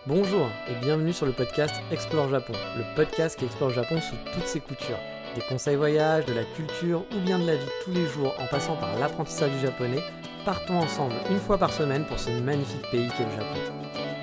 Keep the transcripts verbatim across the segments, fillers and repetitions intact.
Bonjour et bienvenue sur le podcast Explore Japon, le podcast qui explore le Japon sous toutes ses coutures. Des conseils voyage, de la culture ou bien de la vie de tous les jours en passant par l'apprentissage du japonais, partons ensemble une fois par semaine pour ce magnifique pays qu'est le Japon.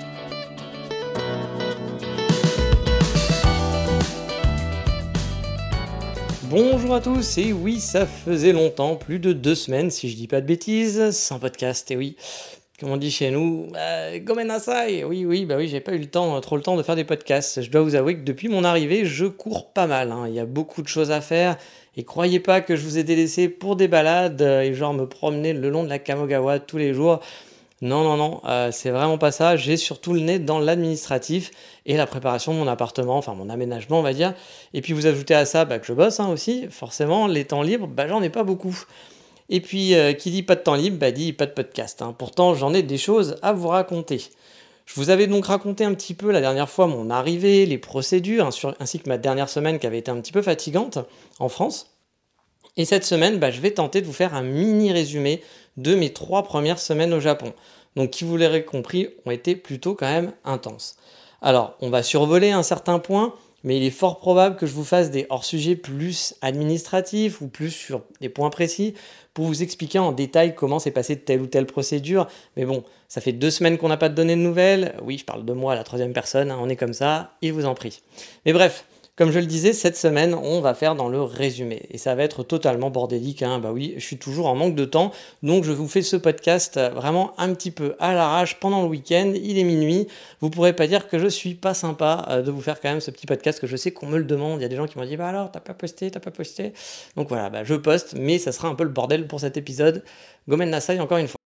Bonjour à tous, et oui, ça faisait longtemps, plus de deux semaines si je dis pas de bêtises, sans podcast, et oui, comme on dit chez nous, euh, gomen nasai, oui, oui, bah oui, j'ai pas eu le temps, trop le temps de faire des podcasts. Je dois vous avouer que depuis mon arrivée, je cours pas mal, hein. Il y a beaucoup de choses à faire, et croyez pas que je vous ai délaissé pour des balades, euh, et genre me promener le long de la Kamogawa tous les jours. Non, non, non, euh, c'est vraiment pas ça. J'ai surtout le nez dans l'administratif et la préparation de mon appartement, enfin mon aménagement, on va dire. Et puis vous ajoutez à ça bah, que je bosse hein, aussi. Forcément, les temps libres, bah, j'en ai pas beaucoup. Et puis, euh, qui dit pas de temps libre, bah, dit pas de podcast. Hein. Pourtant, j'en ai des choses à vous raconter. Je vous avais donc raconté un petit peu la dernière fois mon arrivée, les procédures, ainsi que ma dernière semaine qui avait été un petit peu fatigante en France. Et cette semaine, bah, je vais tenter de vous faire un mini résumé de mes trois premières semaines au Japon. Donc, qui vous l'aurez compris, ont été plutôt quand même intenses. Alors, on va survoler un certain point, mais il est fort probable que je vous fasse des hors-sujets plus administratifs ou plus sur des points précis pour vous expliquer en détail comment s'est passée telle ou telle procédure. Mais bon, ça fait deux semaines qu'on n'a pas de données de nouvelles. Oui, je parle de moi à la troisième personne, hein, on est comme ça, il vous en prie. Mais bref, comme je le disais, cette semaine, on va faire dans le résumé. Et ça va être totalement bordélique, hein. Bah oui, je suis toujours en manque de temps. Donc je vous fais ce podcast vraiment un petit peu à l'arrache pendant le week-end. Il est minuit. Vous pourrez pas dire que je suis pas sympa de vous faire quand même ce petit podcast que je sais qu'on me le demande. Il y a des gens qui m'ont dit, bah alors, t'as pas posté, t'as pas posté. Donc voilà, bah je poste, mais ça sera un peu le bordel pour cet épisode. Gomen nasai encore une fois.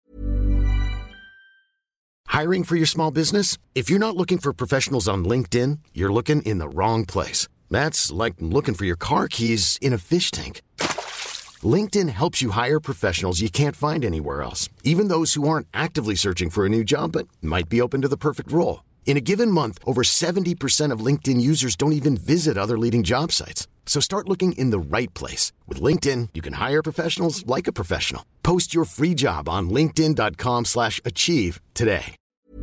Hiring for your small business? If you're not looking for professionals on LinkedIn, you're looking in the wrong place. That's like looking for your car keys in a fish tank. LinkedIn helps you hire professionals you can't find anywhere else, even those who aren't actively searching for a new job but might be open to the perfect role. In a given month, over seventy percent of LinkedIn users don't even visit other leading job sites. So start looking in the right place. With LinkedIn, you can hire professionals like a professional. Post your free job on linkedin.com slash achieve today.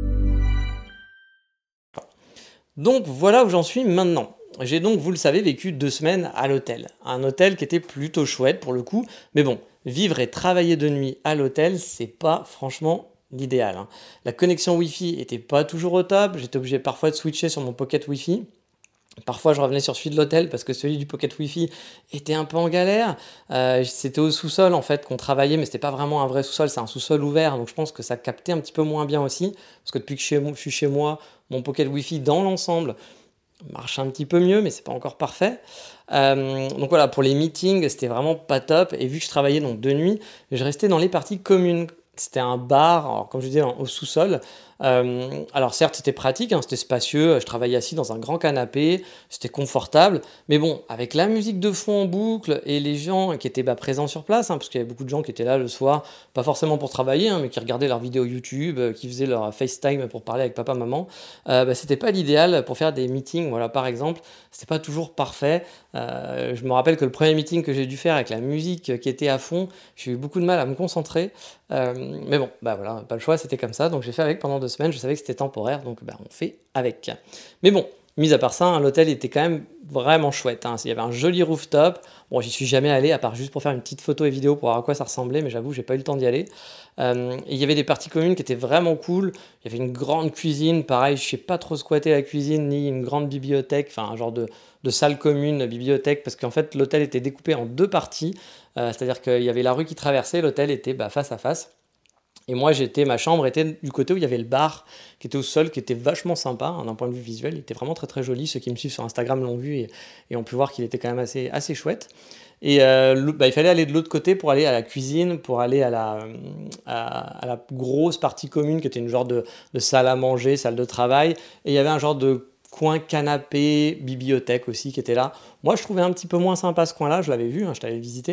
Donc voilà où j'en suis maintenant. J'ai donc, vous le savez, vécu deux semaines à l'hôtel. Un hôtel qui était plutôt chouette pour le coup. Mais bon, vivre et travailler de nuit à l'hôtel, c'est pas franchement l'idéal. Hein. La connexion Wi-Fi était pas toujours au top. J'étais obligé parfois de switcher sur mon pocket Wi-Fi. Parfois, je revenais sur celui de l'hôtel parce que celui du pocket Wi-Fi était un peu en galère. Euh, c'était au sous-sol en fait qu'on travaillait, mais c'était pas vraiment un vrai sous-sol, c'est un sous-sol ouvert. Donc je pense que ça captait un petit peu moins bien aussi. Parce que depuis que je suis chez moi, mon pocket Wi-Fi dans l'ensemble marche un petit peu mieux, mais c'est pas encore parfait. Euh, donc voilà, pour les meetings, c'était vraiment pas top. Et vu que je travaillais donc de nuit, je restais dans les parties communes. C'était un bar, alors, comme je disais, au sous-sol. Euh, alors certes, c'était pratique, hein, c'était spacieux. Je travaillais assis dans un grand canapé, c'était confortable. Mais bon, avec la musique de fond en boucle et les gens qui étaient bah, présents sur place, hein, parce qu'il y avait beaucoup de gens qui étaient là le soir, pas forcément pour travailler, hein, mais qui regardaient leurs vidéos YouTube, euh, qui faisaient leur FaceTime pour parler avec papa, maman. Euh, bah, c'était pas l'idéal pour faire des meetings. Voilà, par exemple, c'était pas toujours parfait. Euh, je me rappelle que le premier meeting que j'ai dû faire avec la musique qui était à fond, j'ai eu beaucoup de mal à me concentrer. Euh, mais bon, bah voilà, pas le choix, c'était comme ça. Donc j'ai fait avec pendant deux semaines. Je savais que c'était temporaire, donc bah, on fait avec. Mais bon, mis à part ça, hein, l'hôtel était quand même vraiment chouette. Hein. Il y avait un joli rooftop. Bon, j'y suis jamais allé, à part juste pour faire une petite photo et vidéo pour voir à quoi ça ressemblait, mais j'avoue, j'ai pas eu le temps d'y aller. Euh, et il y avait des parties communes qui étaient vraiment cool. Il y avait une grande cuisine, pareil, je sais pas trop squatter la cuisine, ni une grande bibliothèque, enfin un genre de, de salle commune, bibliothèque, parce qu'en fait, l'hôtel était découpé en deux parties. Euh, c'est-à-dire qu'il y avait la rue qui traversait, l'hôtel était bah, face à face. Et moi, j'étais, ma chambre était du côté où il y avait le bar qui était au sol, qui était vachement sympa hein, d'un point de vue visuel. Il était vraiment très très joli. Ceux qui me suivent sur Instagram l'ont vu et, et ont pu voir qu'il était quand même assez, assez chouette. Et euh, bah, il fallait aller de l'autre côté pour aller à la cuisine, pour aller à la, à, à la grosse partie commune qui était une genre de, de salle à manger, salle de travail. Et il y avait un genre de coin canapé, bibliothèque aussi qui était là. Moi, je trouvais un petit peu moins sympa ce coin-là, je l'avais vu, hein, je t'avais visité.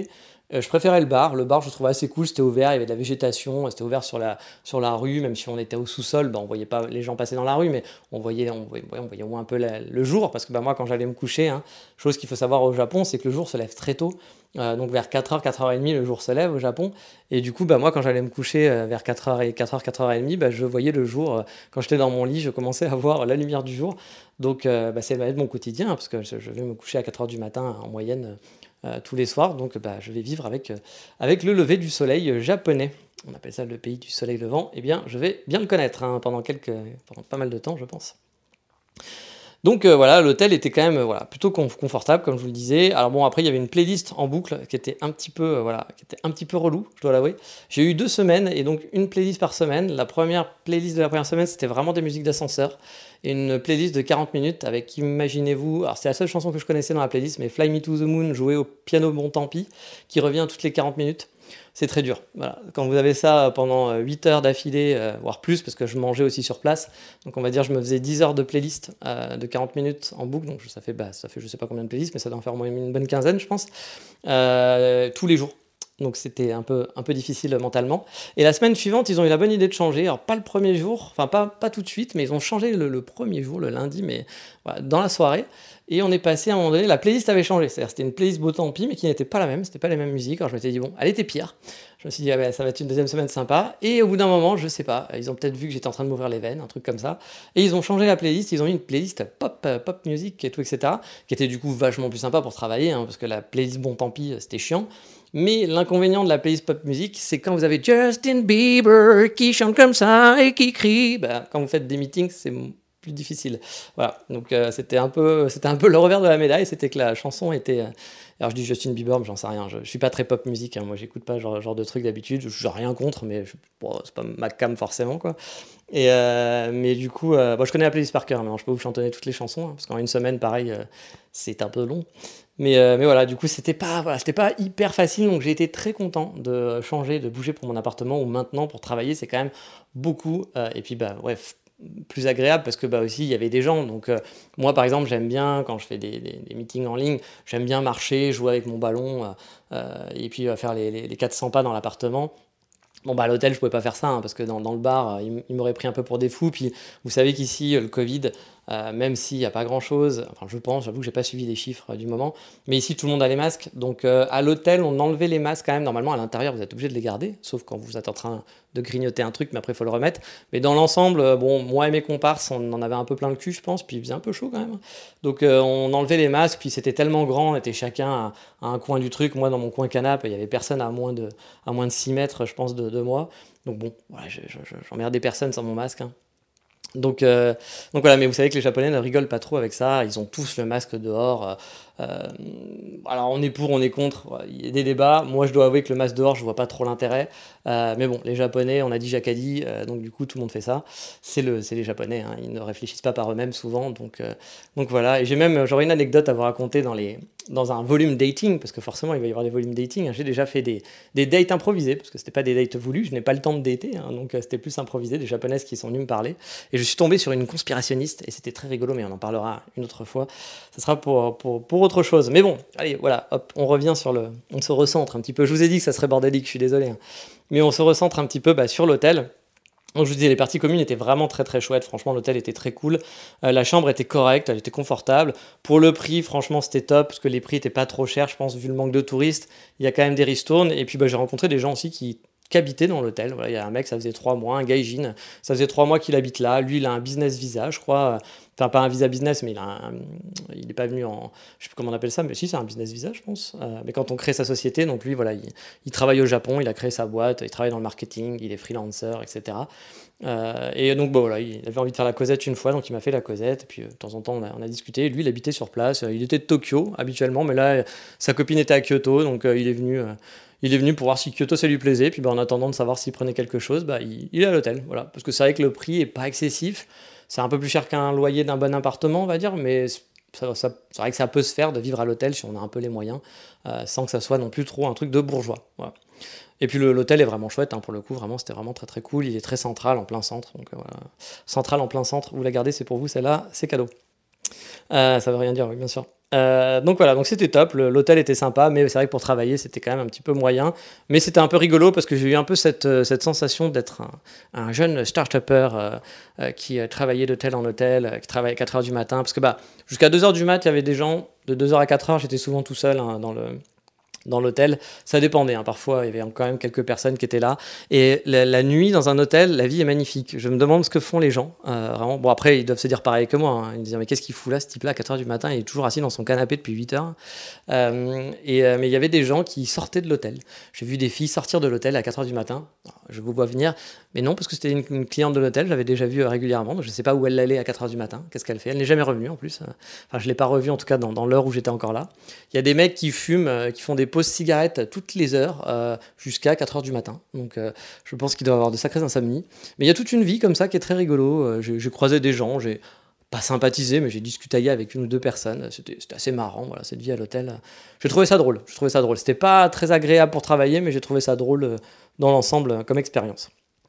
Euh, je préférais le bar. Le bar, je le trouvais assez cool. C'était ouvert, il y avait de la végétation. C'était ouvert sur la, sur la rue, même si on était au sous-sol. Ben, on voyait pas les gens passer dans la rue, mais on voyait, on voyait, ouais, on voyait au moins un peu la- le jour. Parce que ben, moi, quand j'allais me coucher, hein, chose qu'il faut savoir au Japon, c'est que le jour se lève très tôt. Euh, donc vers quatre heures, quatre heures trente, le jour se lève au Japon. Et du coup, bah, moi, quand j'allais me coucher euh, vers quatre heures, quatre heures, quatre heures trente, bah, je voyais le jour. Euh, quand j'étais dans mon lit, je commençais à voir la lumière du jour. Donc, euh, bah, c'est mon quotidien, hein, parce que je, je vais me coucher à quatre heures du matin en moyenne euh, tous les soirs. Donc, bah, je vais vivre avec, euh, avec le lever du soleil euh, japonais. On appelle ça le pays du soleil levant. Eh bien, je vais bien le connaître hein, pendant, quelques, pendant pas mal de temps, je pense. Donc euh, voilà, l'hôtel était quand même euh, voilà, plutôt confortable, comme je vous le disais. Alors bon, après, il y avait une playlist en boucle qui était un petit peu, euh, voilà, qui était un petit peu relou, je dois l'avouer. J'ai eu deux semaines, et donc une playlist par semaine. La première playlist de la première semaine, c'était vraiment des musiques d'ascenseur. Et une playlist de quarante minutes avec, imaginez-vous, alors c'est la seule chanson que je connaissais dans la playlist, mais Fly Me to the Moon, jouée au piano bon tant pis, qui revient toutes les quarante minutes. C'est très dur. Voilà. Quand vous avez ça pendant huit heures d'affilée, euh, voire plus, parce que je mangeais aussi sur place, donc on va dire je me faisais dix heures de playlist euh, de quarante minutes en boucle, donc ça fait, bah, ça fait je sais pas combien de playlists, mais ça doit en faire au moins une bonne quinzaine, je pense, euh, tous les jours. Donc c'était un peu, un peu difficile mentalement. Et la semaine suivante, ils ont eu la bonne idée de changer. Alors pas le premier jour, enfin pas, pas tout de suite, mais ils ont changé le, le premier jour, le lundi, mais voilà, dans la soirée. Et on est passé à un moment donné, la playlist avait changé. C'est-à-dire c'était une playlist beau tant pis, mais qui n'était pas la même, c'était pas les mêmes musiques. Alors je m'étais dit, bon, elle était pire. Je me suis dit, ah ben, ça va être une deuxième semaine sympa. Et au bout d'un moment, je sais pas, ils ont peut-être vu que j'étais en train de m'ouvrir les veines, un truc comme ça. Et ils ont changé la playlist, ils ont mis une playlist pop, euh, pop music et tout, et cetera. Qui était du coup vachement plus sympa pour travailler, hein, parce que la playlist bon tant pis, c'était chiant. Mais l'inconvénient de la playlist pop music, c'est quand vous avez Justin Bieber qui chante comme ça et qui crie, bah, quand vous faites des meetings, c'est plus difficile. Voilà, donc euh, c'était un peu, c'était un peu le revers de la médaille, c'était que la chanson était. Euh, alors je dis Justin Bieber, mais j'en sais rien. Je, je suis pas très pop musique, hein, moi j'écoute pas genre, genre de trucs d'habitude. Je n'ai rien contre, mais je, bon, c'est pas ma cam forcément quoi. Et euh, mais du coup, euh, bon, je connais la playlist par cœur, mais je peux vous chantonner toutes les chansons, hein, parce qu'en une semaine, pareil, euh, c'est un peu long. Mais, euh, mais voilà, du coup, c'était pas, voilà, c'était pas hyper facile, donc j'ai été très content de changer, de bouger pour mon appartement, où maintenant, pour travailler, c'est quand même beaucoup. Euh, et puis, bah, bref, plus agréable, parce que bah, aussi, il y avait des gens. Donc, euh, moi, par exemple, j'aime bien, quand je fais des, des, des meetings en ligne, j'aime bien marcher, jouer avec mon ballon, euh, euh, et puis euh, faire les, les, les quatre cents pas dans l'appartement. Bon, bah, à l'hôtel, je pouvais pas faire ça, hein, parce que dans, dans le bar, euh, ils, ils m'auraient pris un peu pour des fous. Puis, vous savez qu'ici, euh, le Covid, euh, même s'il n'y a pas grand-chose, enfin, je pense, j'avoue que j'ai pas suivi les chiffres euh, du moment, mais ici, tout le monde a les masques. Donc, euh, à l'hôtel, on enlevait les masques quand même. Normalement, à l'intérieur, vous êtes obligé de les garder, sauf quand vous êtes en train de grignoter un truc, mais après, il faut le remettre. Mais dans l'ensemble, euh, bon, moi et mes comparses, on en avait un peu plein le cul, je pense, puis il faisait un peu chaud quand même. Donc, euh, on enlevait les masques, puis c'était tellement grand, on était chacun à, à un coin du truc. Moi, dans mon coin canapé, il y avait personne à moins de, à moins de six mètres, je pense, de, de moi. Donc bon, voilà, je, je, je, j'emmerdais personne sans mon masque. Hein. Donc, euh, donc voilà, mais vous savez que les Japonais ne rigolent pas trop avec ça. Ils ont tous le masque dehors. Euh, alors on est pour, on est contre. Il y a des débats. Moi, je dois avouer que le masque dehors, je vois pas trop l'intérêt. Euh, mais bon, les Japonais, on a dit Jacques a dit, euh, donc du coup, tout le monde fait ça. C'est le, c'est les Japonais. Hein, ils ne réfléchissent pas par eux-mêmes souvent. Donc, euh, donc voilà. Et j'ai même, j'aurais une anecdote à vous raconter dans les, dans un volume dating, parce que forcément, il va y avoir des volumes dating. Hein. J'ai déjà fait des, des dates improvisés, parce que c'était pas des dates voulus. Je n'ai pas le temps de dater, hein, donc euh, c'était plus improvisé. Des Japonaises qui sont venues me parler. Et je suis tombé sur une conspirationniste, et c'était très rigolo, mais on en parlera une autre fois. Ça sera pour, pour, pour autre chose. Mais bon, allez, voilà, hop, on revient sur le... On se recentre un petit peu. Je vous ai dit que ça serait bordélique, je suis désolé. Hein. Mais on se recentre un petit peu bah, sur l'hôtel. Donc je vous disais, les parties communes étaient vraiment très très chouettes. Franchement, l'hôtel était très cool. Euh, la chambre était correcte, elle était confortable. Pour le prix, franchement, c'était top, parce que les prix n'étaient pas trop chers, je pense, vu le manque de touristes. Il y a quand même des ristournes. Et puis bah, j'ai rencontré des gens aussi qui... qui habitait dans l'hôtel. Voilà, il y a un mec, ça faisait trois mois, un gaijin, ça faisait trois mois qu'il habite là. Lui, il a un business visa, je crois. Enfin, pas un visa business, mais il a un, il n'est pas venu en, je sais plus comment on appelle ça, mais si, c'est un business visa, je pense. Euh, mais quand on crée sa société, donc lui, voilà, il, il travaille au Japon, il a créé sa boîte, il travaille dans le marketing, il est freelancer, et cetera. Euh, et donc, bon, voilà, il avait envie de faire la causette une fois, donc il m'a fait la causette. Et puis, euh, de temps en temps, on a, on a discuté. Lui, il habitait sur place. Il était de Tokyo, habituellement, mais là, sa copine était à Kyoto, donc euh, il est venu... Euh, Il est venu pour voir si Kyoto ça lui plaisait, puis bah, en attendant de savoir s'il prenait quelque chose, bah, il, il est à l'hôtel. Voilà. Parce que c'est vrai que le prix est pas excessif, c'est un peu plus cher qu'un loyer d'un bon appartement, on va dire, mais ça, ça, c'est vrai que ça peut se faire de vivre à l'hôtel si on a un peu les moyens, euh, sans que ça soit non plus trop un truc de bourgeois. Voilà. Et puis le, l'hôtel est vraiment chouette, hein, pour le coup, vraiment, c'était vraiment très très cool, il est très central, en plein centre, donc euh, voilà. Central en plein centre, vous la gardez, c'est pour vous, celle-là, c'est cadeau. Euh, ça veut rien dire, oui, bien sûr. Euh, donc voilà, donc c'était top, le- l'hôtel était sympa, mais c'est vrai que pour travailler c'était quand même un petit peu moyen, mais c'était un peu rigolo parce que j'ai eu un peu cette, euh, cette sensation d'être un, un jeune start-upper euh, euh, qui euh, travaillait d'hôtel en hôtel, euh, qui travaillait à quatre heures du matin, parce que bah, jusqu'à deux heures du mat, il y avait des gens, de deux heures à quatre heures, j'étais souvent tout seul hein, dans le dans l'hôtel, ça dépendait. Hein. Parfois, il y avait quand même quelques personnes qui étaient là. Et la, la nuit, dans un hôtel, la vie est magnifique. Je me demande ce que font les gens. Euh, vraiment. Bon, après, ils doivent se dire pareil que moi. Hein. Ils me disent, mais qu'est-ce qu'il fout là, ce type-là, à quatre heures du matin, il est toujours assis dans son canapé depuis huit heures. Euh, et, euh, mais il y avait des gens qui sortaient de l'hôtel. J'ai vu des filles sortir de l'hôtel à quatre heures du matin. Alors, je vous vois venir. Mais non, parce que c'était une, une cliente de l'hôtel, j'avais déjà vu euh, régulièrement. Donc je ne sais pas où elle allait à quatre heures du matin. Qu'est-ce qu'elle fait? Elle n'est jamais revenue en plus. Enfin, je ne l'ai pas revue en tout cas dans, dans l'heure où j'étais encore là. Il y a des mecs qui fument, euh, qui font des pauses cigarettes toutes les heures euh, jusqu'à quatre heures du matin. Donc euh, je pense qu'il doit avoir de sacrées insomnies. Mais il y a toute une vie comme ça qui est très rigolo. Euh, j'ai, j'ai croisé des gens, j'ai pas sympathisé, mais j'ai discuté avec une ou deux personnes. C'était, c'était assez marrant, voilà, cette vie à l'hôtel. J'ai trouvé ça drôle. Je trouvais ça drôle. C'était pas très agréable pour travailler, mais j'ai trouvé ça drôle euh, dans l'ensemble euh, comme expérience.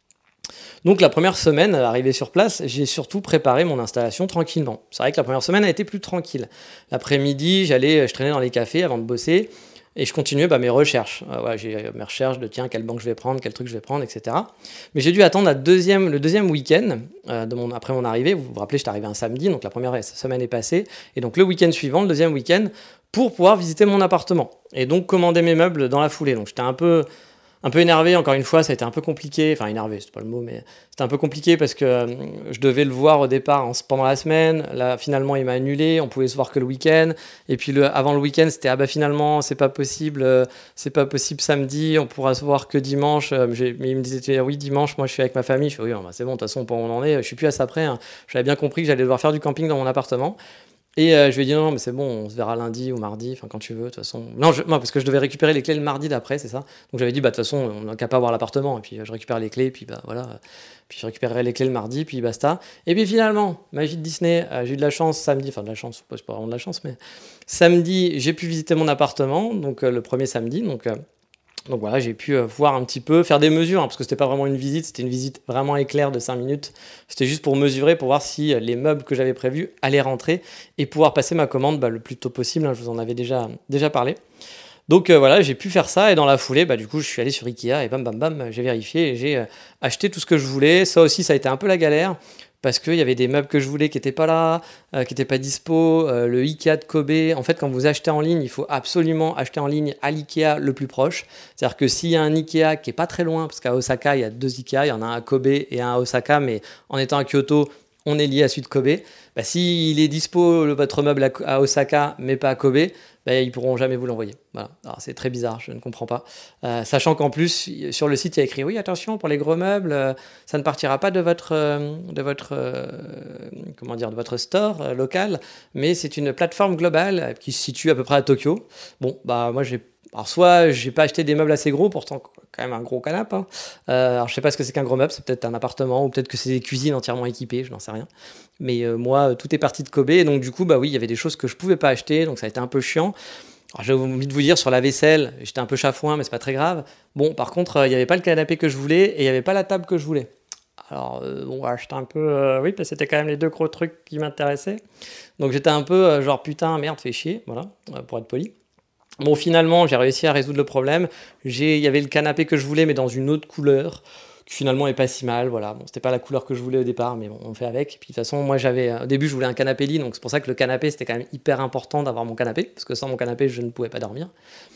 Donc la première semaine, arrivé sur place, j'ai surtout préparé mon installation tranquillement. C'est vrai que la première semaine a été plus tranquille. L'après-midi, j'allais, je traînais dans les cafés avant de bosser et je continuais bah, mes recherches. Euh, ouais, j'ai mes recherches de tiens, quelle banque je vais prendre, quel truc je vais prendre, et cetera. Mais j'ai dû attendre la deuxième, le deuxième week-end euh, de mon, après mon arrivée. Vous vous rappelez, j'étais arrivé un samedi, donc la première semaine est passée. Et donc le week-end suivant, le deuxième week-end, pour pouvoir visiter mon appartement. Et donc commander mes meubles dans la foulée. Donc j'étais un peu... Un peu énervé, encore une fois, ça a été un peu compliqué. Enfin, énervé, c'est pas le mot, mais c'était un peu compliqué parce que euh, je devais le voir au départ en, pendant la semaine. Là, finalement, il m'a annulé. On pouvait se voir que le week-end. Et puis, le, avant le week-end, c'était ah bah finalement, c'est pas possible. Euh, c'est pas possible samedi. On pourra se voir que dimanche. Euh, j'ai, mais il me disait oui, dimanche, moi, je suis avec ma famille. Je fais oui, bah, c'est bon, de toute façon, on en est. Je suis plus à ça près. Hein. J'avais bien compris que j'allais devoir faire du camping dans mon appartement. Et euh, je lui ai dit non, non, mais c'est bon, on se verra lundi ou mardi, enfin quand tu veux, de toute façon. Non, je, non, parce que je devais récupérer les clés le mardi d'après, c'est ça. Donc j'avais dit, bah de toute façon, on n'a qu'à pas voir l'appartement. Et puis euh, je récupère les clés, puis bah voilà. Puis je récupérerai les clés le mardi, puis basta. Et puis finalement, magie de Disney, euh, j'ai eu de la chance samedi, enfin de la chance, c'est pas vraiment de la chance, mais samedi, j'ai pu visiter mon appartement, donc euh, le premier samedi, donc. Euh, Donc voilà, j'ai pu euh, voir un petit peu, faire des mesures, hein, parce que c'était pas vraiment une visite, c'était une visite vraiment éclair de cinq minutes. C'était juste pour mesurer, pour voir si euh, les meubles que j'avais prévus allaient rentrer et pouvoir passer ma commande bah, le plus tôt possible. Hein, je vous en avais déjà, déjà parlé. Donc euh, voilà, j'ai pu faire ça et dans la foulée, bah, du coup, je suis allé sur Ikea et bam bam bam, j'ai vérifié et j'ai euh, acheté tout ce que je voulais. Ça aussi, ça a été un peu la galère. Parce qu'il y avait des meubles que je voulais qui n'étaient pas là, euh, qui n'étaient pas dispo, euh, le Ikea de Kobe. En fait, quand vous achetez en ligne, il faut absolument acheter en ligne à l'Ikea le plus proche. C'est-à-dire que s'il y a un Ikea qui n'est pas très loin, parce qu'à Osaka, il y a deux Ikea, il y en a un à Kobe et un à Osaka, mais en étant à Kyoto, on est lié à celui de Kobe. Bah, s'il est dispo, le, votre meuble à, à Osaka, mais pas à Kobe, bah, ils ne pourront jamais vous l'envoyer. Voilà. Alors, c'est très bizarre, je ne comprends pas. Euh, sachant qu'en plus, sur le site, il y a écrit « Oui, attention, pour les gros meubles, euh, ça ne partira pas de votre, euh, de votre, euh, comment dire, de votre store euh, local, mais c'est une plateforme globale qui se situe à peu près à Tokyo. » Bon, bah moi, j'ai... Alors, soit j'ai pas acheté des meubles assez gros, pourtant quand même un gros canapé. Hein. Euh, alors, je sais pas ce que c'est qu'un gros meuble, c'est peut-être un appartement ou peut-être que c'est des cuisines entièrement équipées, je n'en sais rien. Mais euh, moi, tout est parti de Kobe, et donc du coup, bah oui, il y avait des choses que je pouvais pas acheter, donc ça a été un peu chiant. Alors, j'ai envie de vous dire, sur la vaisselle, j'étais un peu chafouin, mais c'est pas très grave. Bon, par contre, il n'y avait pas le canapé que je voulais et il n'y avait pas la table que je voulais. Alors, euh, bon, ouais, j'étais un peu... Euh, oui, parce que c'était quand même les deux gros trucs qui m'intéressaient. Donc, j'étais un peu euh, genre, putain, merde, fais chier, voilà, euh, pour être poli. Bon, finalement, j'ai réussi à résoudre le problème. J'ai... Il y avait le canapé que je voulais, mais dans une autre couleur, qui finalement est pas si mal. Voilà, bon, c'était pas la couleur que je voulais au départ, mais bon, on fait avec. Et puis de toute façon, moi, j'avais... Au début, je voulais un canapé lit, donc c'est pour ça que le canapé, c'était quand même hyper important d'avoir mon canapé, parce que sans mon canapé, je ne pouvais pas dormir.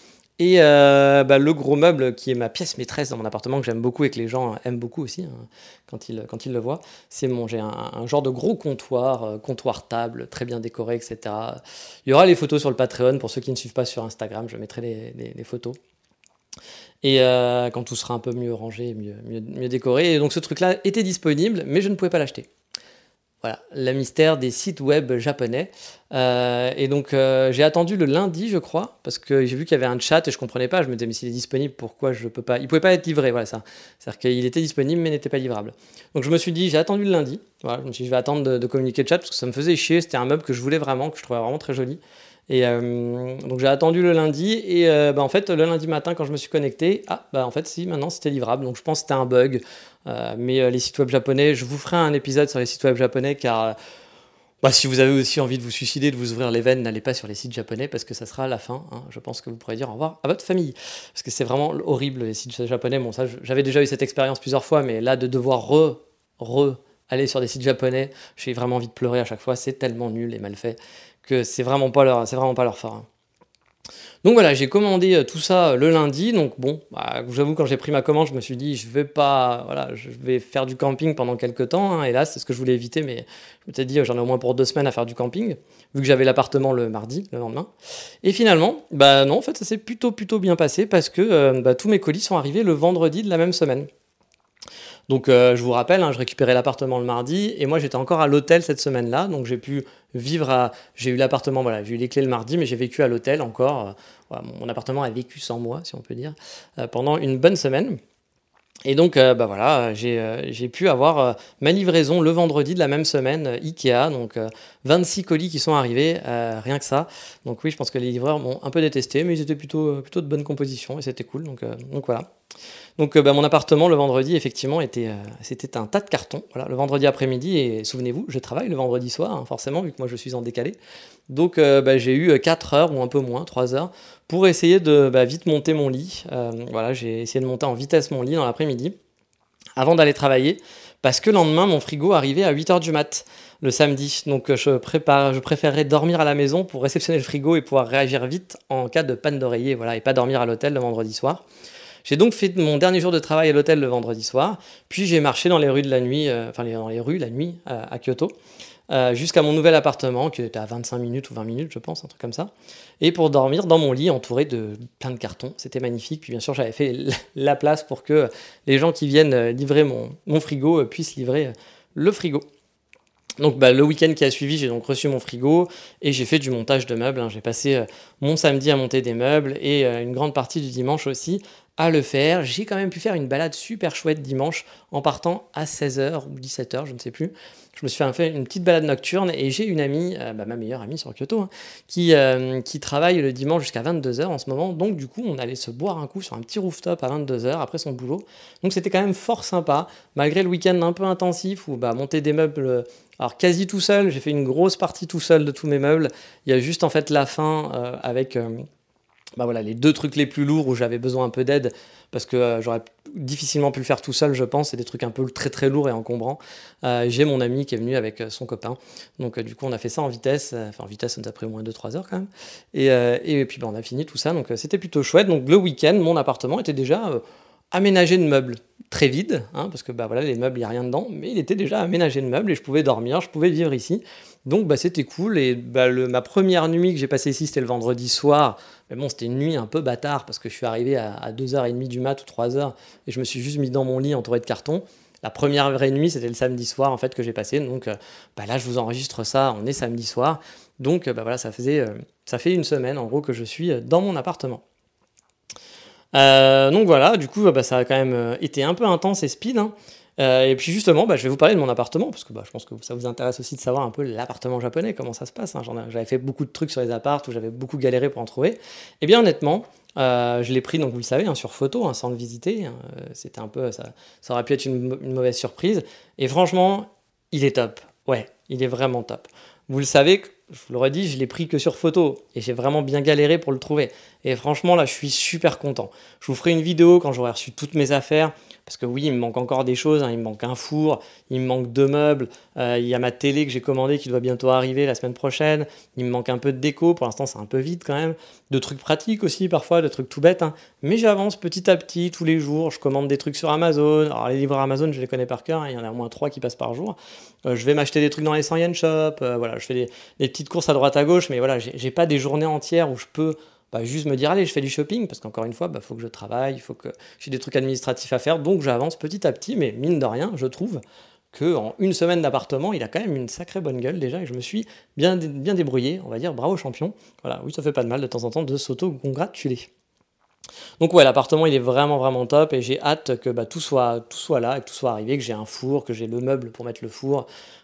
Et euh, bah, le gros meuble qui est ma pièce maîtresse dans mon appartement, que j'aime beaucoup et que les gens aiment beaucoup aussi hein, quand, ils, quand ils le voient, c'est mon, j'ai un, un genre de gros comptoir, euh, comptoir table, très bien décoré, et cetera. Il y aura les photos sur le Patreon, pour ceux qui ne suivent pas sur Instagram, je mettrai les, les, les photos. Et euh, quand tout sera un peu mieux rangé, mieux, mieux, mieux décoré. Et donc ce truc-là était disponible, mais je ne pouvais pas l'acheter. Voilà, le mystère des sites web japonais. Euh, et donc, euh, j'ai attendu le lundi, je crois, parce que j'ai vu qu'il y avait un chat et je ne comprenais pas. Je me disais, mais s'il est disponible, pourquoi je peux pas... Il ne pouvait pas être livré, voilà ça. C'est-à-dire qu'il était disponible, mais n'était pas livrable. Donc, je me suis dit, j'ai attendu le lundi. Voilà, je me suis dit, je vais attendre de, de communiquer le chat parce que ça me faisait chier. C'était un meuble que je voulais vraiment, que je trouvais vraiment très joli. Et euh, donc j'ai attendu le lundi et euh, bah, en fait le lundi matin quand je me suis connecté, ah bah en fait si maintenant c'était livrable, donc je pense que c'était un bug. Euh, mais euh, les sites web japonais, je vous ferai un épisode sur les sites web japonais car Bah, si vous avez aussi envie de vous suicider, de vous ouvrir les veines, n'allez pas sur les sites japonais parce que ça sera la fin, hein. Je pense que vous pourrez dire au revoir à votre famille. Parce que c'est vraiment horrible les sites japonais. Bon, ça, j'avais déjà eu cette expérience plusieurs fois, mais là, de devoir re, re aller sur des sites japonais, j'ai vraiment envie de pleurer à chaque fois. C'est tellement nul et mal fait que c'est vraiment pas leur, c'est vraiment pas leur fort, hein. Donc voilà, j'ai commandé euh, tout ça euh, le lundi. Donc bon, bah, j'avoue, quand j'ai pris ma commande, je me suis dit, je vais pas, voilà, je vais faire du camping pendant quelques temps, hein. Et là, c'est ce que je voulais éviter, mais je m'étais dit, euh, j'en ai au moins pour deux semaines à faire du camping, vu que j'avais l'appartement le mardi, le lendemain. Et finalement, bah non, en fait, ça s'est plutôt, plutôt bien passé parce que euh, bah, tous mes colis sont arrivés le vendredi de la même semaine. Donc euh, je vous rappelle, hein, je récupérais l'appartement le mardi et moi j'étais encore à l'hôtel cette semaine-là, donc j'ai pu vivre à... J'ai eu l'appartement, voilà, j'ai eu les clés le mardi, mais j'ai vécu à l'hôtel encore. Euh, voilà, mon appartement a vécu sans moi, si on peut dire, euh, pendant une bonne semaine. Et donc, euh, bah voilà, j'ai, euh, j'ai pu avoir euh, ma livraison le vendredi de la même semaine, euh, Ikea, donc euh, vingt-six colis qui sont arrivés, euh, rien que ça. Donc oui, je pense que les livreurs m'ont un peu détesté, mais ils étaient plutôt, euh, plutôt de bonne composition et c'était cool, donc, euh, donc voilà. Donc euh, bah, mon appartement le vendredi, effectivement, était, euh, c'était un tas de cartons, voilà, le vendredi après-midi, et souvenez-vous, je travaille le vendredi soir, hein, forcément, vu que moi je suis en décalé. Donc euh, bah, j'ai eu quatre heures, ou un peu moins, trois heures, pour essayer de bah, vite monter mon lit. Euh, voilà, j'ai essayé de monter en vitesse mon lit dans l'après-midi, avant d'aller travailler, parce que le lendemain, mon frigo arrivait à huit heures du mat, le samedi. Donc je, prépare, je préférerais dormir à la maison pour réceptionner le frigo et pouvoir réagir vite en cas de panne d'oreiller, voilà, et pas dormir à l'hôtel le vendredi soir. J'ai donc fait mon dernier jour de travail à l'hôtel le vendredi soir, puis j'ai marché dans les rues de la nuit, euh, enfin dans les rues la nuit euh, à Kyoto, euh, jusqu'à mon nouvel appartement qui était à vingt-cinq minutes ou vingt minutes, je pense, un truc comme ça. Et pour dormir dans mon lit entouré de plein de cartons, c'était magnifique. Puis bien sûr, j'avais fait la place pour que les gens qui viennent livrer mon, mon frigo puissent livrer le frigo. Donc bah, le week-end qui a suivi, j'ai donc reçu mon frigo et j'ai fait du montage de meubles, hein. J'ai passé euh, mon samedi à monter des meubles et euh, une grande partie du dimanche aussi à le faire. J'ai quand même pu faire une balade super chouette dimanche en partant à seize heures ou dix-sept heures, je ne sais plus. Je me suis fait une petite balade nocturne et j'ai une amie, euh, bah, ma meilleure amie sur Kyoto, hein, qui, euh, qui travaille le dimanche jusqu'à vingt-deux heures en ce moment. Donc du coup, on allait se boire un coup sur un petit rooftop à vingt-deux heures après son boulot. Donc c'était quand même fort sympa, malgré le week-end un peu intensif où bah, monter des meubles... Alors quasi tout seul, j'ai fait une grosse partie tout seul de tous mes meubles. Il y a juste en fait la fin euh, avec euh, bah voilà, les deux trucs les plus lourds où j'avais besoin un peu d'aide parce que euh, j'aurais difficilement pu le faire tout seul, je pense. C'est des trucs un peu très très lourds et encombrants. Euh, j'ai mon ami qui est venu avec son copain. Donc euh, du coup on a fait ça en vitesse. Enfin en vitesse ça nous a pris au moins deux trois heures quand même. Et, euh, et puis bah, on a fini tout ça. Donc euh, c'était plutôt chouette. Donc le week-end, mon appartement était déjà... Euh, aménagé de meubles, très vide, hein, parce que bah, voilà, les meubles, il n'y a rien dedans, mais il était déjà aménagé de meubles et je pouvais dormir, je pouvais vivre ici. Donc bah, c'était cool. Et bah, le, ma première nuit que j'ai passée ici, c'était le vendredi soir. Mais bon, c'était une nuit un peu bâtard parce que je suis arrivé à, à deux heures trente du mat ou trois heures et je me suis juste mis dans mon lit entouré de cartons. La première vraie nuit, c'était le samedi soir en fait que j'ai passé. Donc euh, bah, là, je vous enregistre ça, on est samedi soir. Donc bah, voilà, ça, faisait, euh, ça fait une semaine en gros que je suis dans mon appartement. Euh, donc voilà, du coup, bah, ça a quand même été un peu intense et speed, hein. Euh, et puis justement, bah, je vais vous parler de mon appartement, parce que bah, je pense que ça vous intéresse aussi de savoir un peu l'appartement japonais, comment ça se passe, hein. J'en ai- j'avais fait beaucoup de trucs sur les apparts, où j'avais beaucoup galéré pour en trouver. Et bien honnêtement, euh, je l'ai pris, donc vous le savez, hein, sur photo, hein, sans le visiter, hein. Euh, C'était un peu, ça, ça aurait pu être une, une mauvaise surprise. Et franchement, il est top. Ouais, il est vraiment top. Vous le savez, je vous l'aurais dit, je l'ai pris que sur photo et j'ai vraiment bien galéré pour le trouver. Et franchement, là, je suis super content. Je vous ferai une vidéo quand j'aurai reçu toutes mes affaires. Parce que oui, il me manque encore des choses, hein. Il me manque un four, il me manque deux meubles, euh, il y a ma télé que j'ai commandée qui doit bientôt arriver la semaine prochaine, il me manque un peu de déco, pour l'instant c'est un peu vide quand même, de trucs pratiques aussi parfois, de trucs tout bêtes, hein. Mais j'avance petit à petit, tous les jours, je commande des trucs sur Amazon. Alors les livreurs Amazon, je les connais par cœur, hein. Il y en a au moins trois qui passent par jour. Euh, je vais m'acheter des trucs dans les cent yen shop, euh, voilà, je fais des, des petites courses à droite à gauche, mais voilà, j'ai, j'ai pas des journées entières où je peux... Bah, juste me dire allez je fais du shopping parce qu'encore une fois bah, faut que je travaille, il faut que j'ai des trucs administratifs à faire, donc j'avance petit à petit, mais mine de rien je trouve qu'en une semaine d'appartement il a quand même une sacrée bonne gueule déjà et je me suis bien, bien débrouillé, on va dire bravo champion. Voilà, oui ça fait pas de mal de temps en temps de s'auto-congratuler. Donc ouais, l'appartement il est vraiment vraiment top et j'ai hâte que bah, tout, soit, tout soit là, que tout soit arrivé, que j'ai un four, que j'ai le meuble pour mettre le four.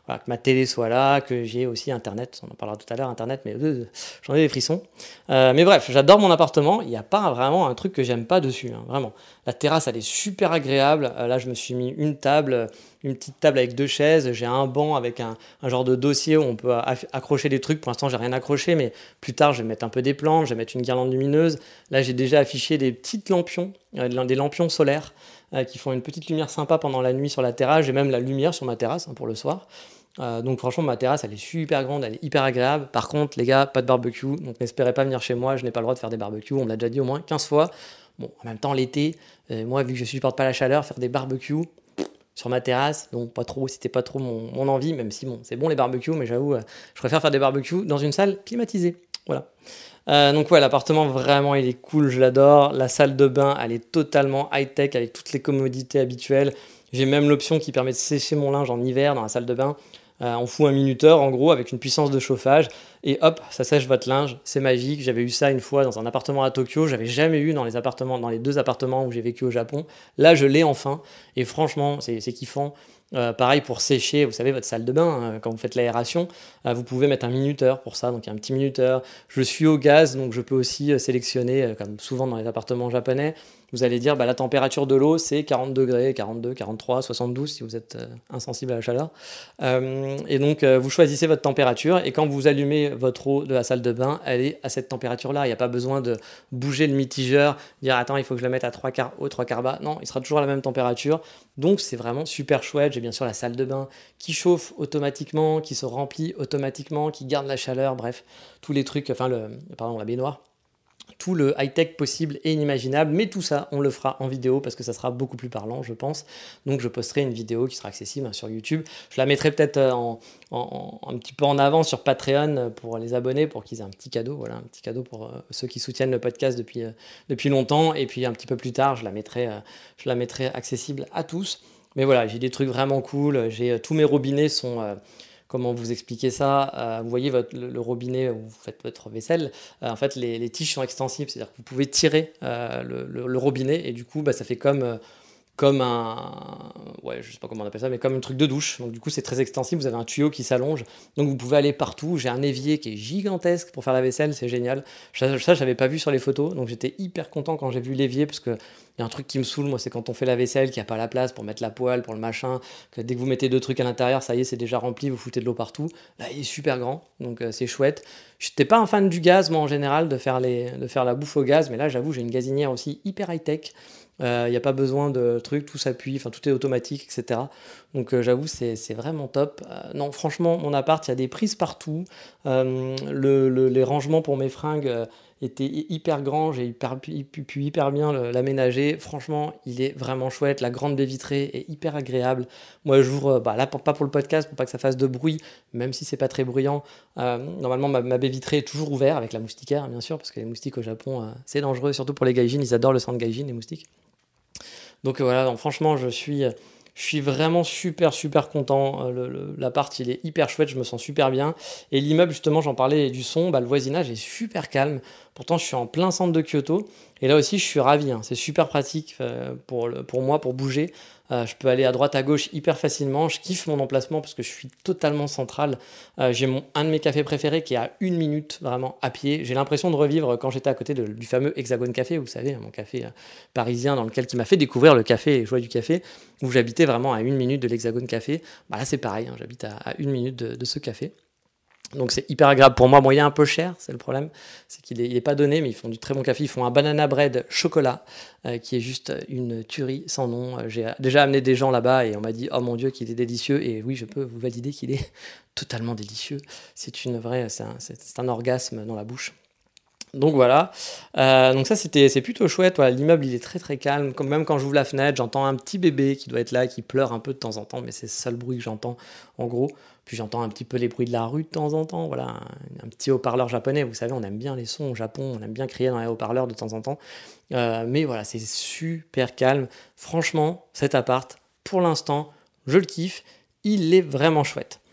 voilà, que ma télé soit là, que j'ai aussi Internet, on en parlera tout à l'heure, Internet, mais euh, j'en ai des frissons. Euh, mais bref, j'adore mon appartement, il n'y a pas vraiment un truc que j'aime pas dessus, hein, vraiment. La terrasse, elle est super agréable, euh, là je me suis mis une table, une petite table avec deux chaises, j'ai un banc avec un, un genre de dossier où on peut aff- accrocher des trucs, pour l'instant j'ai rien accroché, mais plus tard je vais mettre un peu des plantes, je vais mettre une guirlande lumineuse, là j'ai déjà affiché des petites lampions, euh, des lampions solaires, euh, qui font une petite lumière sympa pendant la nuit sur la terrasse, j'ai même la lumière sur ma terrasse hein, pour le soir. Euh, donc franchement ma terrasse elle est super grande, elle est hyper agréable. Par contre les gars, pas de barbecue, donc n'espérez pas venir chez moi, je n'ai pas le droit de faire des barbecues, on me l'a déjà dit au moins quinze fois. Bon, en même temps l'été, euh, moi vu que je supporte pas la chaleur, faire des barbecues sur ma terrasse, donc pas trop, c'était pas trop mon, mon envie, même si bon, c'est bon les barbecues, mais j'avoue, euh, je préfère faire des barbecues dans une salle climatisée. Voilà. Euh, donc ouais, l'appartement vraiment il est cool, je l'adore. La salle de bain, elle est totalement high-tech avec toutes les commodités habituelles. J'ai même l'option qui permet de sécher mon linge en hiver dans la salle de bain. Euh, on fout un minuteur en gros avec une puissance de chauffage et hop, ça sèche votre linge. C'est magique. J'avais eu ça une fois dans un appartement à Tokyo. J'avais jamais eu dans les appartements, dans les deux appartements où j'ai vécu au Japon. Là, je l'ai enfin et franchement, c'est, c'est kiffant. Euh, pareil pour sécher, vous savez, votre salle de bain, hein, quand vous faites l'aération, euh, vous pouvez mettre un minuteur pour ça, donc il y a un petit minuteur. Je suis au gaz, donc je peux aussi euh, sélectionner, euh, comme souvent dans les appartements japonais, vous allez dire bah, la température de l'eau c'est quarante degrés, quarante-deux, quarante-trois, soixante-douze si vous êtes euh, insensible à la chaleur. Euh, et donc euh, vous choisissez votre température et quand vous allumez votre eau de la salle de bain, elle est à cette température-là. Il n'y a pas besoin de bouger le mitigeur, dire attends il faut que je la mette à trois quarts haut, trois quarts bas. Non, il sera toujours à la même température. Donc c'est vraiment super chouette. J'ai bien sûr la salle de bain qui chauffe automatiquement, qui se remplit automatiquement, qui garde la chaleur, bref, tous les trucs, enfin le, pardon, la baignoire. Tout le high-tech possible et inimaginable, mais tout ça, on le fera en vidéo parce que ça sera beaucoup plus parlant, je pense. Donc, je posterai une vidéo qui sera accessible sur YouTube. Je la mettrai peut-être en, en, en, un petit peu en avant sur Patreon pour les abonnés, pour qu'ils aient un petit cadeau, voilà, un petit cadeau pour euh, ceux qui soutiennent le podcast depuis, euh, depuis longtemps. Et puis, un petit peu plus tard, je la mettrai, euh, je la mettrai accessible à tous. Mais voilà, j'ai des trucs vraiment cool. J'ai, euh, tous mes robinets sont... Euh, Comment vous expliquer ça? Euh, Vous voyez votre, le, le robinet où vous faites votre vaisselle. Euh, en fait, les, les tiges sont extensibles, c'est-à-dire que vous pouvez tirer euh, le, le- le robinet et du coup, bah, ça fait comme, euh, comme un, ouais, je sais pas comment on appelle ça, mais comme un truc de douche. Donc du coup, c'est très extensible. Vous avez un tuyau qui s'allonge, donc vous pouvez aller partout. J'ai un évier qui est gigantesque pour faire la vaisselle, c'est génial. Ça, ça, je l'avais pas vu sur les photos, donc j'étais hyper content quand j'ai vu l'évier parce que il y a un truc qui me saoule, moi, c'est quand on fait la vaisselle, qu'il n'y a pas la place pour mettre la poêle, pour le machin, que dès que vous mettez deux trucs à l'intérieur, ça y est, c'est déjà rempli, vous foutez de l'eau partout. Là, il est super grand, donc euh, c'est chouette. Je n'étais pas un fan du gaz, moi, en général, de faire, les, de faire la bouffe au gaz, mais là, j'avoue, j'ai une gazinière aussi hyper high-tech. Il euh, n'y a pas besoin de trucs, tout s'appuie, enfin tout est automatique, et cetera. Donc euh, j'avoue, c'est, c'est vraiment top. Euh, non, franchement, mon appart, il y a des prises partout. Euh, le, le- les rangements pour mes fringues euh, étaient hy- hyper grands, j'ai hyper, pu, pu- pu hyper bien le- l'aménager. Franchement, il est vraiment chouette. La grande baie vitrée est hyper agréable. Moi, j'ouvre, euh, bah, là, pour, pas pour le podcast, pour pas que ça fasse de bruit, même si c'est pas très bruyant. Euh, normalement, ma, ma baie vitrée est toujours ouverte avec la moustiquaire, bien sûr, parce que les moustiques au Japon, euh, c'est dangereux, surtout pour les gaijins. Ils adorent le sang de gaijin, les moustiques. Donc euh, voilà, donc, franchement, je suis, je suis vraiment super, super content. Euh, le- le- l'appart, il est hyper chouette, je me sens super bien. Et l'immeuble, justement, j'en parlais du son, bah, le voisinage est super calme. Pourtant, je suis en plein centre de Kyoto. Et là aussi, je suis ravi, hein. C'est super pratique euh, pour, le- pour moi, pour bouger. Euh, je peux aller à droite, à gauche hyper facilement. Je kiffe mon emplacement parce que je suis totalement central. Euh, j'ai mon, un de mes cafés préférés qui est à une minute, vraiment, à pied. J'ai l'impression de revivre quand j'étais à côté de- du fameux Hexagone Café, vous savez, mon café euh, parisien dans lequel qui m'a fait découvrir le café et les joies du café, où j'habitais vraiment à une minute de l'Hexagone Café. Bah là, c'est pareil, hein, j'habite à, à une minute de, de ce café. Donc c'est hyper agréable pour moi. Bon, il est un peu cher, c'est le problème. C'est qu'il est, il est pas donné, mais ils font du très bon café. Ils font un banana bread chocolat, euh, qui est juste une tuerie sans nom. Euh, J'ai déjà amené des gens là-bas et on m'a dit, oh mon Dieu, qu'il est délicieux. Et oui, je peux vous valider qu'il est totalement délicieux. C'est une vraie, c'est un, c'est- c'est un orgasme dans la bouche. Donc voilà. Euh, donc ça c'était c'est plutôt chouette. Voilà, l'immeuble il est très très calme. Comme même quand j'ouvre la fenêtre, j'entends un petit bébé qui doit être là, qui pleure un peu de temps en temps, mais c'est le seul bruit que j'entends en gros. Puis j'entends un petit peu les bruits de la rue de temps en temps. Voilà, un, un petit haut-parleur japonais. Vous savez, on aime bien les sons au Japon, on aime bien crier dans les haut-parleurs de temps en temps. Euh, mais voilà, c'est super calme. Franchement, cet appart, pour l'instant, je le kiffe. Il est vraiment chouette.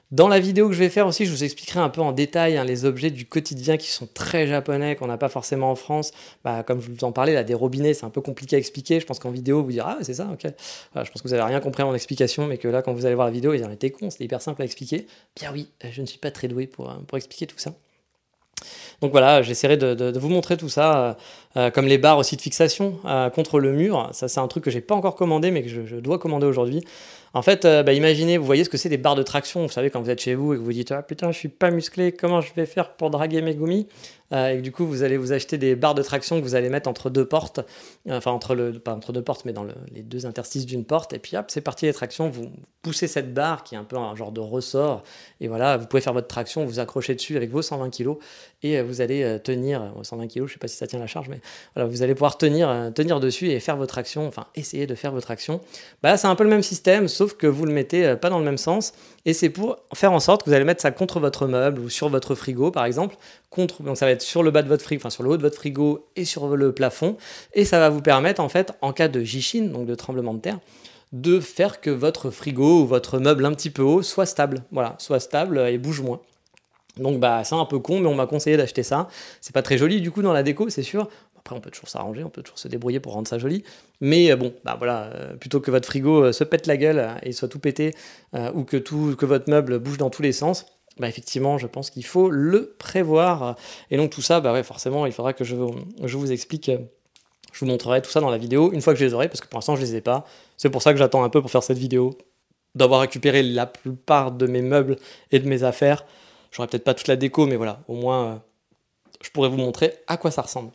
Dans la vidéo que je vais faire aussi, je vous expliquerai un peu en détail hein, les objets du quotidien qui sont très japonais, qu'on n'a pas forcément en France. Bah, comme je vous en parlais, là, des robinets, c'est un peu compliqué à expliquer. Je pense qu'en vidéo, vous direz « Ah, c'est ça, ok ». Voilà, je pense que vous n'avez rien compris à mon explication, mais que là, quand vous allez voir la vidéo, vous allez dire « T'es con, c'était hyper simple à expliquer ». Bien oui, je ne suis pas très doué pour, pour expliquer tout ça. Donc voilà, j'essaierai de, de, de vous montrer tout ça, euh, euh, comme les barres aussi de fixation euh, contre le mur. Ça, c'est un truc que j'ai pas encore commandé, mais que je, je dois commander aujourd'hui. En fait, euh, bah, imaginez, vous voyez ce que c'est des barres de traction. Vous savez, quand vous êtes chez vous et que vous vous dites « Ah putain, je suis pas musclé, comment je vais faire pour draguer mes gommis ?» euh, Et que du coup, vous allez vous acheter des barres de traction que vous allez mettre entre deux portes, euh, enfin, entre le, pas entre deux portes, mais dans le, les deux interstices d'une porte. Et puis hop, c'est parti les tractions. Vous poussez cette barre qui est un peu un genre de ressort. Et voilà, vous pouvez faire votre traction, vous accrochez dessus avec vos cent vingt kilos. Et vous allez tenir, cent vingt kilos, je ne sais pas si ça tient la charge, mais voilà, vous allez pouvoir tenir, tenir dessus et faire votre action, enfin essayer de faire votre action. Bah là, c'est un peu le même système, sauf que vous ne le mettez pas dans le même sens, et c'est pour faire en sorte que vous allez mettre ça contre votre meuble ou sur votre frigo, par exemple, contre, donc ça va être sur le bas de votre frigo, enfin sur le haut de votre frigo et sur le plafond, et ça va vous permettre, en fait, en cas de jishin, donc de tremblement de terre, de faire que votre frigo ou votre meuble un petit peu haut soit stable, voilà, soit stable et bouge moins. Donc bah c'est un peu con, mais on m'a conseillé d'acheter ça. C'est pas très joli du coup dans la déco, c'est sûr. Après on peut toujours s'arranger, on peut toujours se débrouiller pour rendre ça joli. Mais euh, bon, bah voilà, euh, plutôt que votre frigo euh, se pète la gueule euh, et soit tout pété, euh, ou que, tout, que votre meuble bouge dans tous les sens, bah effectivement je pense qu'il faut le prévoir. Et donc tout ça, bah ouais, forcément il faudra que je, je vous explique, euh, je vous montrerai tout ça dans la vidéo une fois que je les aurai, parce que pour l'instant je les ai pas. C'est pour ça que j'attends un peu pour faire cette vidéo, d'avoir récupéré la plupart de mes meubles et de mes affaires. J'aurai peut-être pas toute la déco, mais voilà, au moins, euh, je pourrais vous montrer à quoi ça ressemble.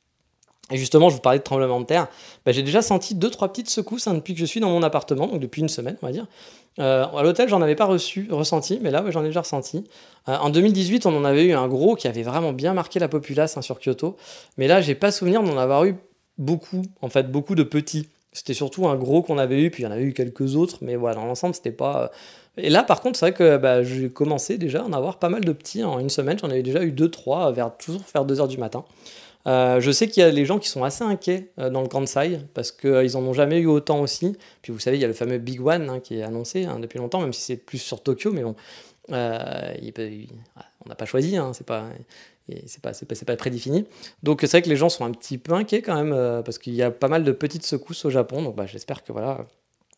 Et justement, je vous parlais de tremblement de terre. Bah, j'ai déjà senti deux, trois petites secousses hein, depuis que je suis dans mon appartement, donc depuis une semaine, on va dire. Euh, à l'hôtel, j'en avais pas reçu, ressenti, mais là, ouais, j'en ai déjà ressenti. Euh, en deux mille dix-huit, on en avait eu un gros qui avait vraiment bien marqué la populace hein, sur Kyoto. Mais là, j'ai pas souvenir d'en avoir eu beaucoup, en fait, beaucoup de petits. C'était surtout un gros qu'on avait eu, puis il y en avait eu quelques autres, mais voilà, dans l'ensemble, c'était pas... Et là, par contre, c'est vrai que bah, j'ai commencé déjà à en avoir pas mal de petits en une semaine. J'en avais déjà eu deux trois, vers, toujours vers deux heures du matin. Euh, je sais qu'il y a des gens qui sont assez inquiets euh, dans le Kansai, parce qu'ils euh, n'en ont jamais eu autant aussi. Puis vous savez, il y a le fameux Big One hein, qui est annoncé hein, depuis longtemps, même si c'est plus sur Tokyo, mais bon, euh, il peut, il, on n'a pas choisi, hein, c'est pas... Et c'est pas, c'est pas, c'est pas prédéfini. Donc c'est vrai que les gens sont un petit peu inquiets quand même, euh, parce qu'il y a pas mal de petites secousses au Japon. Donc bah, j'espère que voilà,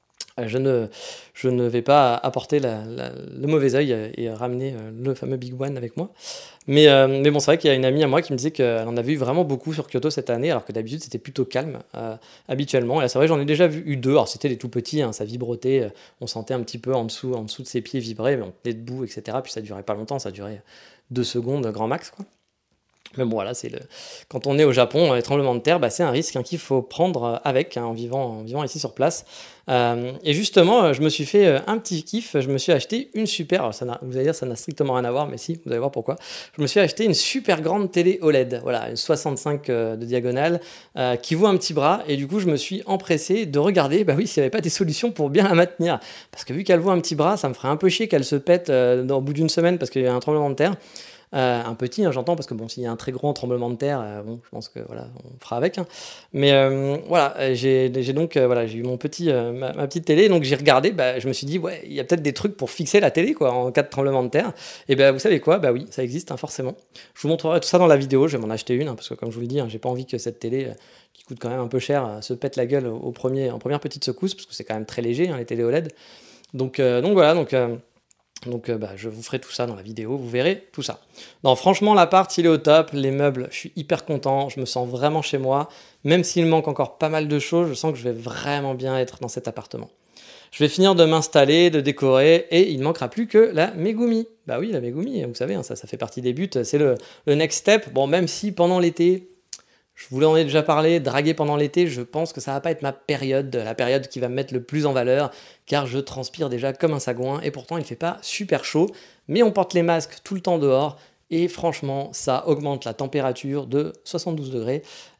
je ne, je ne vais pas apporter la, la, le mauvais œil et ramener le fameux Big One avec moi. Mais, euh, mais bon, c'est vrai qu'il y a une amie à moi qui me disait qu'elle en avait eu vraiment beaucoup sur Kyoto cette année, alors que d'habitude c'était plutôt calme euh, habituellement. Et là, c'est vrai, j'en ai déjà vu eu deux. Alors c'était les tout petits, hein, ça vibrotait, on sentait un petit peu en dessous, en dessous de ses pieds vibrer, mais on tenait debout, et cetera. Puis ça durait pas longtemps, ça durait deux secondes grand max, quoi. Mais bon, voilà, c'est le... quand on est au Japon, les tremblements de terre, bah, c'est un risque hein, qu'il faut prendre avec hein, en, vivant, en vivant ici sur place. Euh, et justement, je me suis fait un petit kiff, je me suis acheté une super, alors ça n'a, vous allez dire ça n'a strictement rien à voir, mais si, vous allez voir pourquoi. Je me suis acheté une super grande télé O L E D, voilà, une soixante-cinq de diagonale, euh, qui vaut un petit bras, et du coup je me suis empressé de regarder, bah oui, s'il n'y avait pas des solutions pour bien la maintenir. Parce que vu qu'elle vaut un petit bras, ça me ferait un peu chier qu'elle se pète euh, au bout d'une semaine parce qu'il y a un tremblement de terre. Euh, un petit, hein, j'entends, parce que bon, s'il y a un très grand tremblement de terre, euh, bon, je pense que voilà, on fera avec. Hein. Mais euh, voilà, j'ai, j'ai donc euh, voilà, j'ai eu mon petit, euh, ma, ma petite télé, donc j'ai regardé, bah, je me suis dit ouais, il y a peut-être des trucs pour fixer la télé quoi, en cas de tremblement de terre. Et ben bah, vous savez quoi, bah oui, ça existe hein, forcément. Je vous montrerai tout ça dans la vidéo. Je vais m'en acheter une hein, parce que comme je vous le dis, hein, j'ai pas envie que cette télé euh, qui coûte quand même un peu cher euh, se pète la gueule au premier, en première petite secousse, parce que c'est quand même très léger hein, les télé O L E D. Donc euh, donc voilà, donc euh, Donc euh, bah, je vous ferai tout ça dans la vidéo, vous verrez tout ça. Non, franchement, l'appart, il est au top, les meubles, je suis hyper content, je me sens vraiment chez moi. Même s'il manque encore pas mal de choses, je sens que je vais vraiment bien être dans cet appartement. Je vais finir de m'installer, de décorer, et il ne manquera plus que la Megumi. Bah oui, la Megumi, vous savez, hein, ça, ça fait partie des buts, c'est le, le next step. Bon, même si pendant l'été... Je vous en ai déjà parlé, draguer pendant l'été, je pense que ça va pas être ma période, la période qui va me mettre le plus en valeur, car je transpire déjà comme un sagouin, et pourtant il fait pas super chaud, mais on porte les masques tout le temps dehors, et franchement, ça augmente la température de soixante-douze degrés,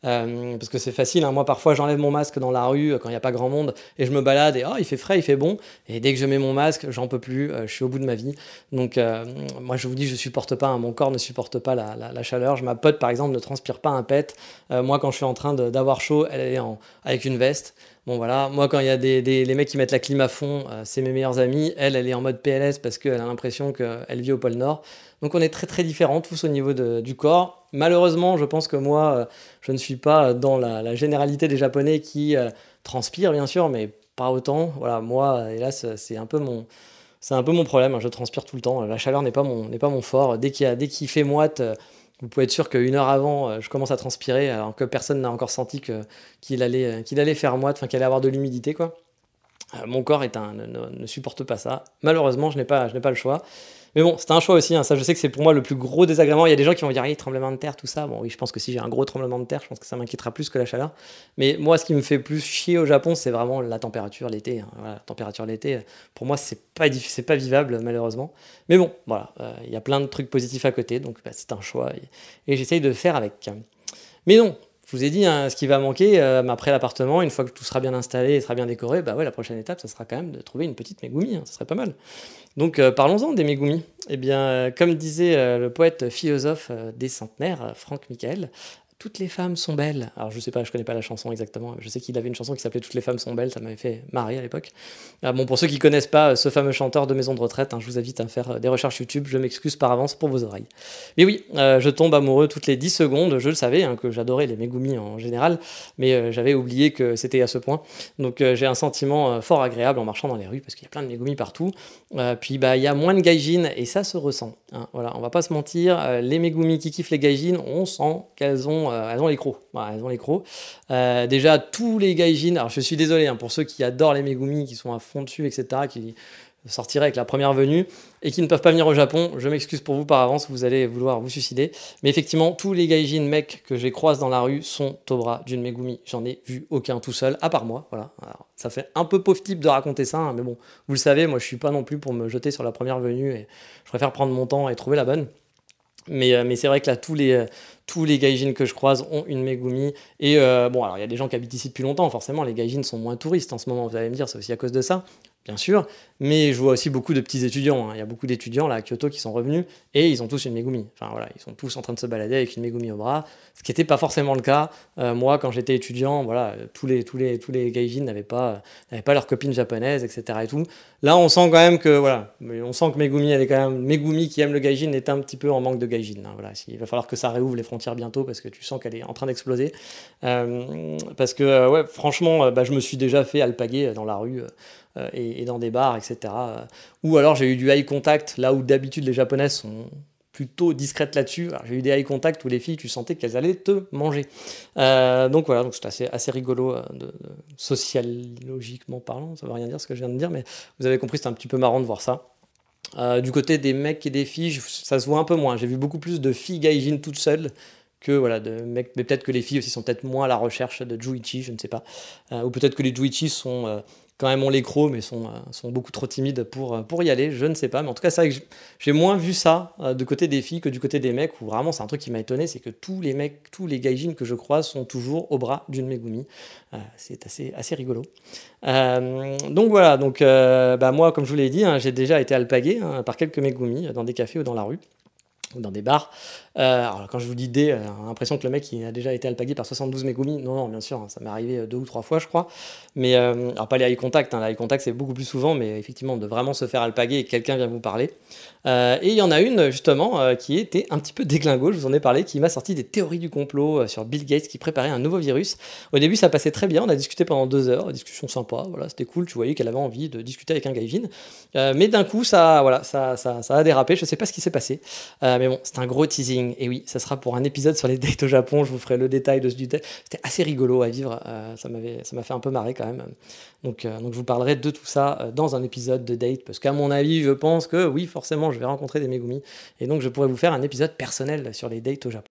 Euh, parce que c'est facile, hein. Moi parfois j'enlève mon masque dans la rue euh, quand il n'y a pas grand monde et je me balade et oh il fait frais, il fait bon. Et dès que je mets mon masque, j'en peux plus, euh, je suis au bout de ma vie. Donc euh, moi je vous dis, je supporte pas, hein, mon corps ne supporte pas la, la, la chaleur. Je, ma pote par exemple ne transpire pas un pet. Euh, moi quand je suis en train de, d'avoir chaud, elle est en, avec une veste. Bon voilà, moi quand il y a des, des les mecs qui mettent la clim à fond, euh, c'est mes meilleurs amis. Elle, elle est en mode P L S parce qu'elle a l'impression qu'elle vit au pôle Nord. Donc on est très très différents tous au niveau de, du corps. Malheureusement, je pense que moi, euh, je ne suis pas dans la, la généralité des Japonais qui euh, transpirent bien sûr, mais pas autant. Voilà, moi, hélas, c'est un peu mon, c'est un peu mon problème. Je transpire tout le temps. La chaleur n'est pas mon, n'est pas mon fort. Dès qu'il y a, dès qu'il fait moite, euh, vous pouvez être sûr qu'une heure avant, euh, je commence à transpirer, alors que personne n'a encore senti que, qu'il allait, qu'il allait faire moite, enfin qu'il allait avoir de l'humidité, quoi. Euh, mon corps est un, ne, ne, ne supporte pas ça. Malheureusement, je n'ai pas, je n'ai pas le choix. Mais bon, c'est un choix aussi, hein. Ça je sais que c'est pour moi le plus gros désagrément. Il y a des gens qui vont dire, hey, tremblement de terre, tout ça. Bon oui, je pense que si j'ai un gros tremblement de terre, je pense que ça m'inquiétera plus que la chaleur. Mais moi, ce qui me fait plus chier au Japon, c'est vraiment la température l'été, hein. Voilà, la température l'été, pour moi, c'est pas, c'est pas vivable, malheureusement. Mais bon, voilà, euh, il y a plein de trucs positifs à côté, donc bah, c'est un choix. Et, et j'essaye de faire avec. Mais non, je vous ai dit, hein, ce qui va manquer euh, après l'appartement, une fois que tout sera bien installé et sera bien décoré, bah ouais, la prochaine étape, ça sera quand même de trouver une petite Megumi, hein, ça serait pas mal. Donc euh, parlons-en des Megumi. Eh bien, euh, comme disait euh, le poète philosophe euh, des centenaires, euh, Franck Michael, toutes les femmes sont belles. Alors je sais pas, je connais pas la chanson exactement. Je sais qu'il avait une chanson qui s'appelait Toutes les femmes sont belles. Ça m'avait fait marrer à l'époque. Ah, bon, pour ceux qui connaissent pas ce fameux chanteur de maison de retraite, hein, je vous invite à faire des recherches YouTube. Je m'excuse par avance pour vos oreilles. Mais oui, euh, je tombe amoureux toutes les dix secondes. Je le savais, hein, que j'adorais les Megumi en général, mais euh, j'avais oublié que c'était à ce point. Donc euh, j'ai un sentiment euh, fort agréable en marchant dans les rues parce qu'il y a plein de Megumi partout. Euh, puis bah il y a moins de gaijin et ça se ressent. Hein, voilà, on va pas se mentir. Euh, les Megumi qui kiffent les gaijin, on sent qu'elles ont Euh, elles ont les crocs. Voilà, elles ont les crocs. Euh, déjà, tous les gaijin, alors je suis désolé hein, pour ceux qui adorent les Megumi, qui sont à fond dessus, et cetera, qui sortiraient avec la première venue et qui ne peuvent pas venir au Japon, je m'excuse pour vous par avance, vous allez vouloir vous suicider. Mais effectivement, tous les gaijin mecs que j'ai croisés dans la rue sont au bras d'une Megumi. J'en ai vu aucun tout seul, à part moi. Voilà. Alors, ça fait un peu pauvre type de raconter ça, hein, mais bon, vous le savez, moi je suis pas non plus pour me jeter sur la première venue et je préfère prendre mon temps et trouver la bonne. Mais, euh, mais c'est vrai que là, tous les, euh, tous les gaijins que je croise ont une Megumi. Et euh, bon, alors il y a des gens qui habitent ici depuis longtemps, forcément, les gaijins sont moins touristes en ce moment, vous allez me dire, c'est aussi à cause de ça, bien sûr. Mais je vois aussi beaucoup de petits étudiants, hein. Il y a beaucoup d'étudiants là à Kyoto qui sont revenus et ils ont tous une Megumi. Enfin voilà, ils sont tous en train de se balader avec une Megumi au bras, ce qui n'était pas forcément le cas. Euh, moi, quand j'étais étudiant, voilà, tous les, tous les, tous les gaijins n'avaient pas, n'avaient pas leurs copines japonaises, et cetera. Et tout. Là, on sent quand même que, voilà, on sent que Megumi, elle est quand même, Megumi qui aime le gaijin est un petit peu en manque de gaijin. Hein, voilà, il va falloir que ça réouvre les frontières bientôt parce que tu sens qu'elle est en train d'exploser. Euh, parce que, euh, ouais, franchement, euh, bah, je me suis déjà fait alpaguer dans la rue. Euh, Et, et dans des bars, et cetera. Ou alors j'ai eu du eye contact, là où d'habitude les japonaises sont plutôt discrètes là-dessus. Alors, j'ai eu des eye contact où les filles, tu sentais qu'elles allaient te manger. Euh, donc voilà, donc c'est assez, assez rigolo, euh, de, de, sociologiquement parlant, ça ne veut rien dire ce que je viens de dire, mais vous avez compris, c'est un petit peu marrant de voir ça. Euh, du côté des mecs et des filles, ça se voit un peu moins. J'ai vu beaucoup plus de filles gaijin toutes seules que voilà, de mecs, mais peut-être que les filles aussi sont peut-être moins à la recherche de juichi, je ne sais pas. Euh, ou peut-être que les juichi sont... Euh, quand même ont les crocs, mais sont, euh, sont beaucoup trop timides pour, pour y aller, je ne sais pas. Mais en tout cas, c'est vrai que j'ai moins vu ça euh, du côté des filles que du côté des mecs, où vraiment, c'est un truc qui m'a étonné, c'est que tous les mecs, tous les gaijins que je croise sont toujours au bras d'une Megumi. Euh, c'est assez, assez rigolo. Euh, donc voilà, donc, euh, bah, moi, comme je vous l'ai dit, hein, j'ai déjà été alpagué hein, par quelques Megumi dans des cafés ou dans la rue, ou dans des bars. Euh, alors quand je vous dis des, euh, on a l'impression que le mec il a déjà été alpagué par soixante-douze Megumi. Non, non, bien sûr, hein, ça m'est arrivé deux ou trois fois, je crois. Mais euh, alors pas les eye contact, hein, les eye contact c'est beaucoup plus souvent, mais effectivement de vraiment se faire alpaguer et que quelqu'un vient vous parler. Euh, et il y en a une justement euh, qui était un petit peu déglingo, je vous en ai parlé, qui m'a sorti des théories du complot euh, sur Bill Gates qui préparait un nouveau virus. Au début ça passait très bien, on a discuté pendant deux heures, discussion sympa, voilà, c'était cool, tu voyais qu'elle avait envie de discuter avec un gaijin. Euh, mais d'un coup ça, voilà, ça, ça, ça a dérapé, je sais pas ce qui s'est passé. Euh, mais bon, c'est un gros teasing, et oui, ça sera pour un épisode sur les dates au Japon, je vous ferai le détail de ce du date. C'était assez rigolo à vivre, euh, ça m'avait, ça m'a fait un peu marrer quand même. Donc, euh, donc je vous parlerai de tout ça euh, dans un épisode de date, parce qu'à mon avis, je pense que oui, forcément, je vais rencontrer des Megumi, et donc je pourrais vous faire un épisode personnel sur les dates au Japon.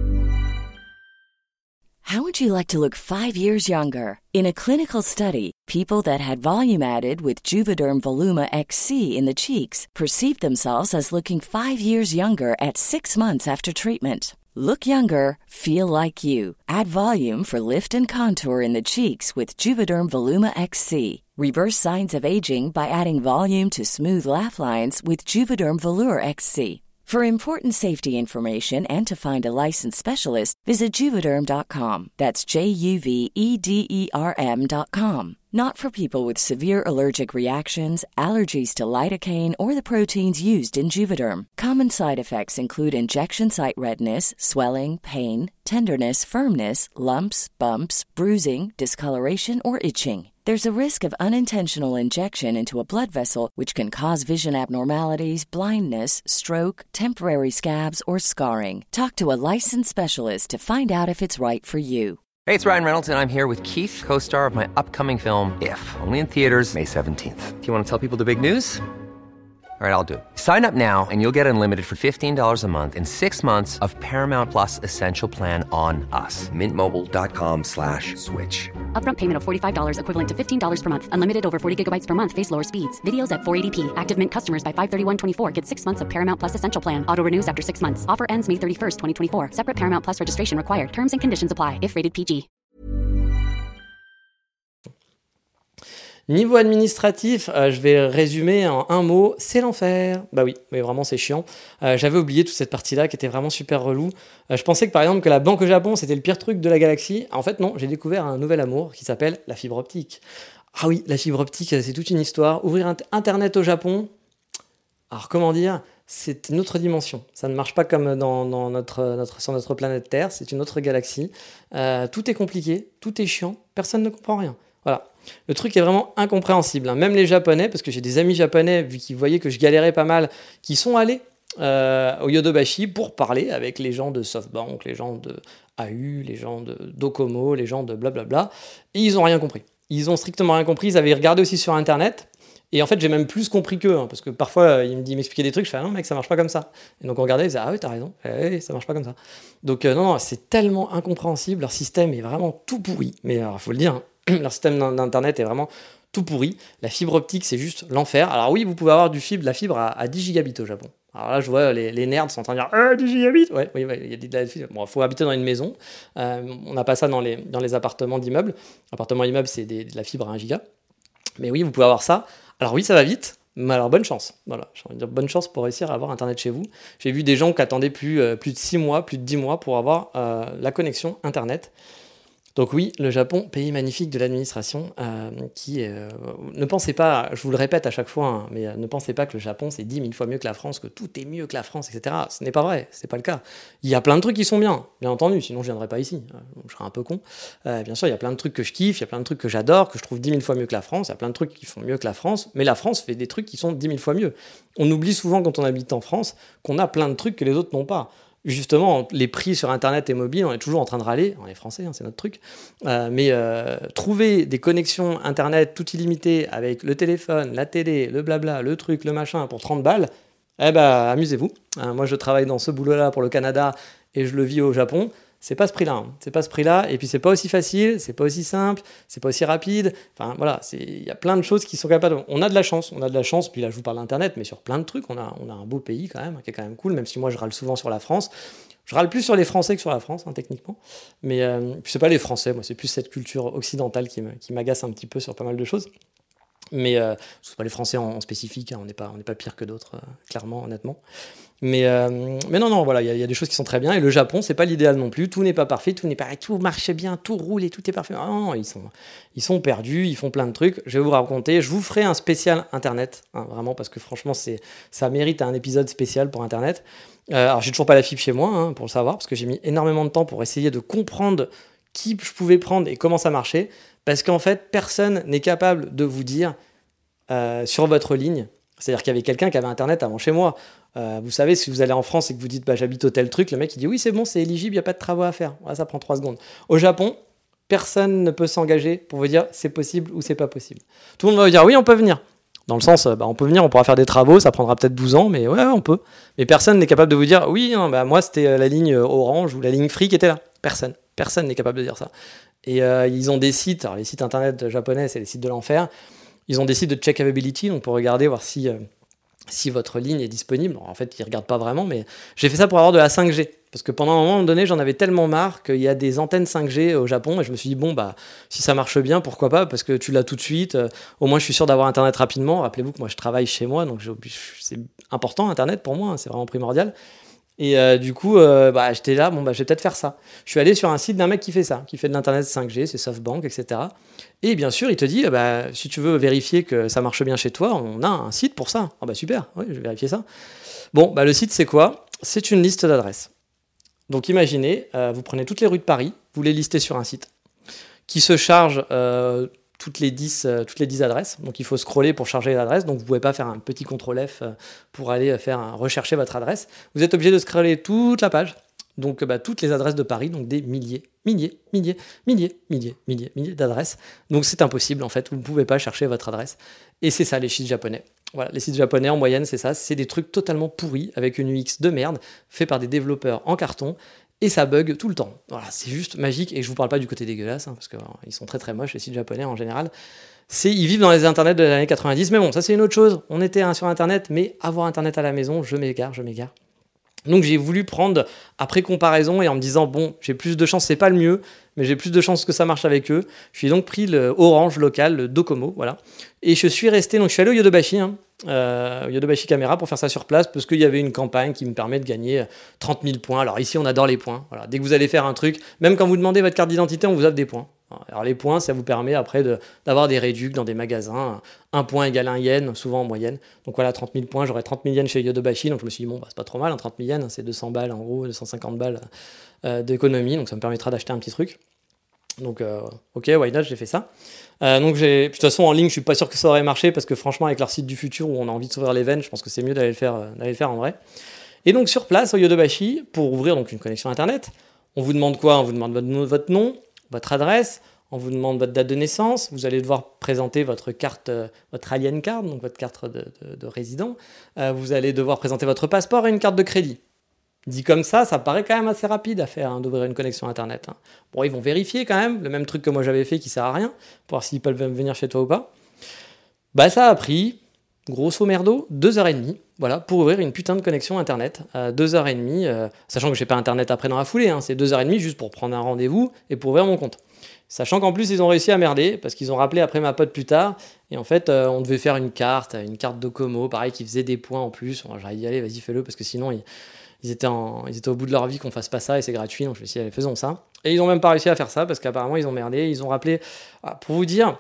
How would you like to look five years younger? In a clinical study, people that had volume added with Juvederm Voluma X C in the cheeks perceived themselves as looking five years younger at six months after treatment. Look younger, feel like you. Add volume for lift and contour in the cheeks with Juvederm Voluma X C. Reverse signs of aging by adding volume to smooth laugh lines with Juvederm Volure X C. For important safety information and to find a licensed specialist, visit Juvederm dot com. That's J U V E D E R M dot com. Not for people with severe allergic reactions, allergies to lidocaine, or the proteins used in Juvederm. Common side effects include injection site redness, swelling, pain, tenderness, firmness, lumps, bumps, bruising, discoloration, or itching. There's a risk of unintentional injection into a blood vessel, which can cause vision abnormalities, blindness, stroke, temporary scabs, or scarring. Talk to a licensed specialist to find out if it's right for you. Hey, it's Ryan Reynolds, and I'm here with Keith, co-star of my upcoming film, If, only in theaters May seventeenth. Do you want to tell people the big news? All right, I'll do it. Sign up now and you'll get unlimited for fifteen dollars a month and six months of Paramount Plus Essential Plan on us. Mint Mobile dot com slash switch. Upfront payment of forty-five dollars equivalent to fifteen dollars per month. Unlimited over forty gigabytes per month. Face lower speeds. Videos at four eighty p. Active Mint customers by five thirty-one twenty-four get six months of Paramount Plus Essential Plan. Auto renews after six months. Offer ends May thirty-first, twenty twenty-four. Separate Paramount Plus registration required. Terms and conditions apply if rated P G. Niveau administratif, euh, je vais résumer en un mot, c'est l'enfer. Bah oui, mais vraiment c'est chiant. Euh, j'avais oublié toute cette partie-là qui était vraiment super relou. Euh, je pensais que par exemple que la banque au Japon c'était le pire truc de la galaxie. En fait non, j'ai découvert un nouvel amour qui s'appelle la fibre optique. Ah oui, la fibre optique c'est toute une histoire. Ouvrir int- internet au Japon, alors comment dire, c'est une autre dimension. Ça ne marche pas comme dans, dans notre, notre, sur notre planète Terre, c'est une autre galaxie. Euh, tout est compliqué, tout est chiant, personne ne comprend rien. Voilà. Le truc est vraiment incompréhensible. Hein. Même les Japonais, parce que j'ai des amis japonais, vu qu'ils voyaient que je galérais pas mal, qui sont allés euh, au Yodobashi pour parler avec les gens de SoftBank, les gens de A U, les gens de Docomo, les gens de blablabla. Et ils n'ont rien compris. Ils ont strictement rien compris. Ils avaient regardé aussi sur Internet. Et en fait, j'ai même plus compris qu'eux, hein, parce que parfois, ils me disent, m'expliquaient des trucs, je fais, ah non, mec, ça marche pas comme ça. Et donc, on regardait, ils disaient, ah oui, t'as raison, eh, oui, ça marche pas comme ça. Donc, euh, non, non, c'est tellement incompréhensible, leur système est vraiment tout pourri. Mais il faut le dire, hein, leur système d'internet est vraiment tout pourri. La fibre optique, c'est juste l'enfer. Alors oui, vous pouvez avoir du fibre, de la fibre à, à dix gigabits au Japon. Alors là, je vois les, les nerds sont en train de dire ah, dix gigabits. Ouais, oui, ouais, il y a de la fibre. Bon, il faut habiter dans une maison. Euh, on n'a pas ça dans les, dans les appartements d'immeubles. Appartement immeuble, c'est des, de la fibre à un giga. Mais oui, vous pouvez avoir ça. Alors oui, ça va vite. Mais alors bonne chance. Voilà, j'ai envie de dire bonne chance pour réussir à avoir internet chez vous. J'ai vu des gens qui attendaient plus, euh, plus de six mois, plus de dix mois pour avoir euh, la connexion internet. Donc oui, le Japon, pays magnifique de l'administration, euh, qui euh, ne pensez pas, je vous le répète à chaque fois, hein, mais euh, ne pensez pas que le Japon c'est dix mille fois mieux que la France, que tout est mieux que la France, et cetera. Ce n'est pas vrai, c'est pas le cas. Il y a plein de trucs qui sont bien, bien entendu, sinon je viendrais pas ici, euh, je serais un peu con. Euh, bien sûr, il y a plein de trucs que je kiffe, il y a plein de trucs que j'adore, que je trouve dix mille fois mieux que la France, il y a plein de trucs qui font mieux que la France, mais la France fait des trucs qui sont dix mille fois mieux. On oublie souvent quand on habite en France qu'on a plein de trucs que les autres n'ont pas. Justement, les prix sur Internet et mobile, on est toujours en train de râler, on est français, hein, c'est notre truc, euh, mais euh, trouver des connexions Internet tout illimitées avec le téléphone, la télé, le blabla, le truc, le machin pour trente balles, eh ben, amusez-vous. Hein, moi, je travaille dans ce boulot-là pour le Canada et je le vis au Japon. C'est pas ce prix-là, hein. C'est pas ce prix-là, et puis c'est pas aussi facile, c'est pas aussi simple, c'est pas aussi rapide. Enfin voilà, il y a plein de choses qui sont capables. On a de la chance, on a de la chance. Puis là, je vous parle d'internet, mais sur plein de trucs, on a, on a un beau pays quand même, qui est quand même cool. Même si moi, je râle souvent sur la France, je râle plus sur les Français que sur la France, hein, techniquement. Mais euh, puis c'est pas les Français, moi, c'est plus cette culture occidentale qui, me, qui m'agace un petit peu sur pas mal de choses. Mais euh, c'est pas les Français en, en spécifique, hein, on n'est pas, on n'est pas pire que d'autres, euh, clairement, honnêtement. Mais, euh, mais non, non, voilà, il y, y a des choses qui sont très bien. Et le Japon, c'est pas l'idéal non plus. Tout n'est pas parfait, tout n'est pas, tout marche bien, tout roule et tout est parfait. Non, non, ils sont, ils sont perdus, ils font plein de trucs. Je vais vous raconter. Je vous ferai un spécial Internet, hein, vraiment, parce que franchement, c'est, ça mérite un épisode spécial pour Internet. Euh, alors, j'ai toujours pas la fibre chez moi, hein, pour le savoir, parce que j'ai mis énormément de temps pour essayer de comprendre qui je pouvais prendre et comment ça marchait. Parce qu'en fait, personne n'est capable de vous dire euh, sur votre ligne. C'est-à-dire qu'il y avait quelqu'un qui avait Internet avant chez moi. Euh, vous savez, si vous allez en France et que vous dites bah, j'habite au tel truc, le mec il dit oui, c'est bon, c'est éligible, il n'y a pas de travaux à faire. Ouais, ça prend trois secondes. Au Japon, personne ne peut s'engager pour vous dire c'est possible ou c'est pas possible. Tout le monde va vous dire oui, on peut venir. Dans le sens, bah, on peut venir, on pourra faire des travaux, ça prendra peut-être douze ans, mais ouais, on peut. Mais personne n'est capable de vous dire oui, non, bah, moi c'était la ligne Orange ou la ligne Free qui était là. Personne. Personne n'est capable de dire ça. Et euh, ils ont des sites, alors les sites internet japonais, c'est les sites de l'enfer. Ils ont des sites de check availability, donc pour regarder, voir si euh, si votre ligne est disponible. En fait, ils ne regardent pas vraiment, mais j'ai fait ça pour avoir de la cinq G. Parce que pendant un moment donné, j'en avais tellement marre qu'il y a des antennes cinq G au Japon, et je me suis dit, bon, bah, si ça marche bien, pourquoi pas, parce que tu l'as tout de suite, euh, au moins je suis sûr d'avoir Internet rapidement. Rappelez-vous que moi, je travaille chez moi, donc c'est important, Internet, pour moi, hein, c'est vraiment primordial. Et euh, du coup, euh, bah, j'étais là, bon, bah, je vais peut-être faire ça. Je suis allé sur un site d'un mec qui fait ça, qui fait de l'internet cinq G, c'est SoftBank, et cetera. Et bien sûr, il te dit, bah, si tu veux vérifier que ça marche bien chez toi, on a un site pour ça. Ah bah super, oui, je vais vérifier ça. Bon, bah, le site, c'est quoi ? C'est une liste d'adresses. Donc imaginez, euh, vous prenez toutes les rues de Paris, vous les listez sur un site qui se charge euh, toutes les dix, euh, toutes les dix adresses. Donc il faut scroller pour charger l'adresse. Donc vous ne pouvez pas faire un petit contrôle F euh, pour aller faire un, rechercher votre adresse. Vous êtes obligé de scroller toute la page. Donc bah, toutes les adresses de Paris, donc des milliers, milliers, milliers, milliers, milliers, milliers, milliers d'adresses. Donc c'est impossible en fait, vous ne pouvez pas chercher votre adresse. Et c'est ça les sites japonais. Voilà, les sites japonais en moyenne c'est ça, c'est des trucs totalement pourris avec une U X de merde, fait par des développeurs en carton. Et ça bug tout le temps. Voilà, c'est juste magique. Et je vous parle pas du côté dégueulasse, hein, parce qu'ils euh, sont très très moches, les sites japonais en général. C'est, ils vivent dans les internets de l'année quatre-vingt-dix, mais bon, ça c'est une autre chose. On était hein, sur Internet, mais avoir Internet à la maison, je m'égare, je m'égare. Donc j'ai voulu prendre, après comparaison, et en me disant, bon, j'ai plus de chance, c'est pas le mieux, mais j'ai plus de chance que ça marche avec eux. Je suis donc pris le Orange local, le Docomo, voilà. Et je suis resté, donc je suis allé au Yodobashi, hein, euh, Yodobashi Camera pour faire ça sur place, parce qu'il y avait une campagne qui me permet de gagner trente mille points. Alors ici, on adore les points. Voilà. Dès que vous allez faire un truc, même quand vous demandez votre carte d'identité, on vous offre des points. Alors les points, ça vous permet après de, d'avoir des réducs dans des magasins. Un point égale un yen, souvent en moyenne. Donc voilà, trente mille points, j'aurais trente mille yens chez Yodobashi. Donc je me suis dit, bon, bah, c'est pas trop mal, hein, trente mille yens, c'est deux cents balles en gros, deux cent cinquante balles euh, d'économie. Donc ça me permettra d'acheter un petit truc. Donc euh, ok, why not, j'ai fait ça. Euh, donc j'ai, de toute façon en ligne, je suis pas sûr que ça aurait marché parce que franchement, avec leur site du futur où on a envie de s'ouvrir les veines, je pense que c'est mieux d'aller le faire, euh, d'aller le faire en vrai. Et donc sur place, au Yodobashi, pour ouvrir donc une connexion internet, on vous demande quoi ? On vous demande votre, votre nom, votre adresse. On vous demande votre date de naissance, vous allez devoir présenter votre carte, euh, votre alien card, donc votre carte de, de, de résident. Euh, vous allez devoir présenter votre passeport et une carte de crédit. Dit comme ça, ça paraît quand même assez rapide à faire, hein, d'ouvrir une connexion Internet. Hein. Bon, ils vont vérifier quand même, le même truc que moi j'avais fait qui sert à rien, pour voir s'ils peuvent venir chez toi ou pas. Bah ça a pris, grosso merdo, deux heures et demie, voilà, pour ouvrir une putain de connexion Internet. Euh, deux heures et demie, euh, sachant que j'ai pas Internet après dans la foulée, hein, c'est deux heures et demie juste pour prendre un rendez-vous et pour ouvrir mon compte. Sachant qu'en plus, ils ont réussi à merder, parce qu'ils ont rappelé après ma pote plus tard, et en fait, euh, on devait faire une carte, une carte Docomo, pareil, qui faisait des points en plus. Bon, j'aurais dit, allez, vas-y, fais-le, parce que sinon, ils, ils, étaient en, ils étaient au bout de leur vie qu'on fasse pas ça, et c'est gratuit, donc je me suis dit, allez, faisons ça. Et ils ont même pas réussi à faire ça, parce qu'apparemment, ils ont merdé, ils ont rappelé. Ah, pour vous dire,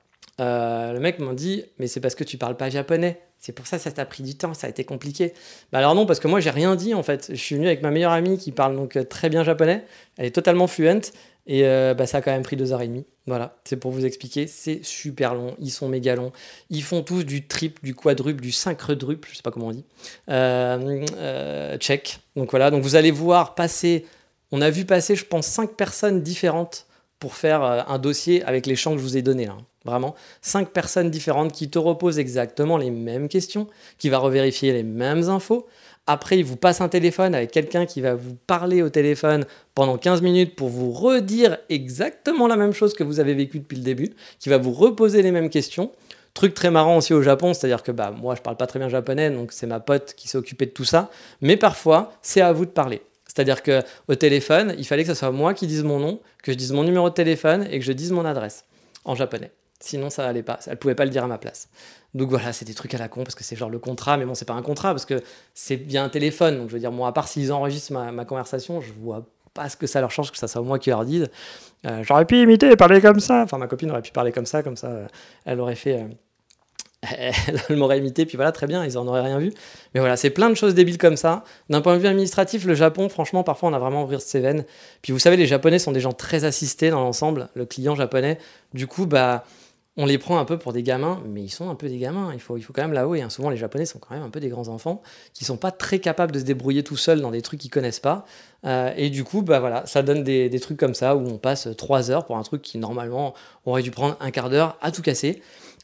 euh, le mec m'a dit, mais c'est parce que tu parles pas japonais. C'est pour ça que ça t'a pris du temps, ça a été compliqué. Bah alors non, parce que moi, j'ai rien dit, en fait. Je suis venu avec ma meilleure amie qui parle donc très bien japonais. Elle est totalement fluente. Et euh, bah, ça a quand même pris deux heures et demie. Voilà, c'est pour vous expliquer. C'est super long. Ils sont méga longs. Ils font tous du triple, du quadruple, du cinquedruple, je sais pas comment on dit. Euh, euh, check. Donc voilà, donc vous allez voir passer. On a vu passer, je pense, cinq personnes différentes pour faire euh, un dossier avec les champs que je vous ai donnés là. Vraiment, cinq personnes différentes qui te reposent exactement les mêmes questions, qui va revérifier les mêmes infos. Après, il vous passe un téléphone avec quelqu'un qui va vous parler au téléphone pendant quinze minutes pour vous redire exactement la même chose que vous avez vécu depuis le début, qui va vous reposer les mêmes questions. Truc très marrant aussi au Japon, c'est-à-dire que bah, moi, je parle pas très bien japonais, donc c'est ma pote qui s'est occupée de tout ça. Mais parfois, c'est à vous de parler. C'est-à-dire qu'au téléphone, il fallait que ce soit moi qui dise mon nom, que je dise mon numéro de téléphone et que je dise mon adresse en japonais. Sinon, ça allait pas. Elle pouvait pas le dire à ma place. Donc voilà, c'est des trucs à la con parce que c'est genre le contrat, mais bon, c'est pas un contrat parce que c'est via un téléphone. Donc je veux dire, moi, à part s'ils enregistrent ma, ma conversation, je vois pas ce que ça leur change que ça soit moi qui leur dise. Euh, j'aurais pu imiter et parler comme ça. Enfin, ma copine aurait pu parler comme ça, comme ça, euh, elle aurait fait. Euh, elle m'aurait imité, puis voilà, très bien, ils en auraient rien vu. Mais voilà, c'est plein de choses débiles comme ça. D'un point de vue administratif, le Japon, franchement, parfois, on a vraiment ouvert ses veines. Puis vous savez, les Japonais sont des gens très assistés dans l'ensemble, le client japonais. Du coup, bah. On les prend un peu pour des gamins, mais ils sont un peu des gamins, il faut, il faut quand même l'avouer. Hein. Souvent, les Japonais sont quand même un peu des grands enfants qui ne sont pas très capables de se débrouiller tout seuls dans des trucs qu'ils ne connaissent pas. Euh, et du coup, bah, voilà, ça donne des, des trucs comme ça où on passe trois heures pour un truc qui, normalement, aurait dû prendre un quart d'heure à tout casser.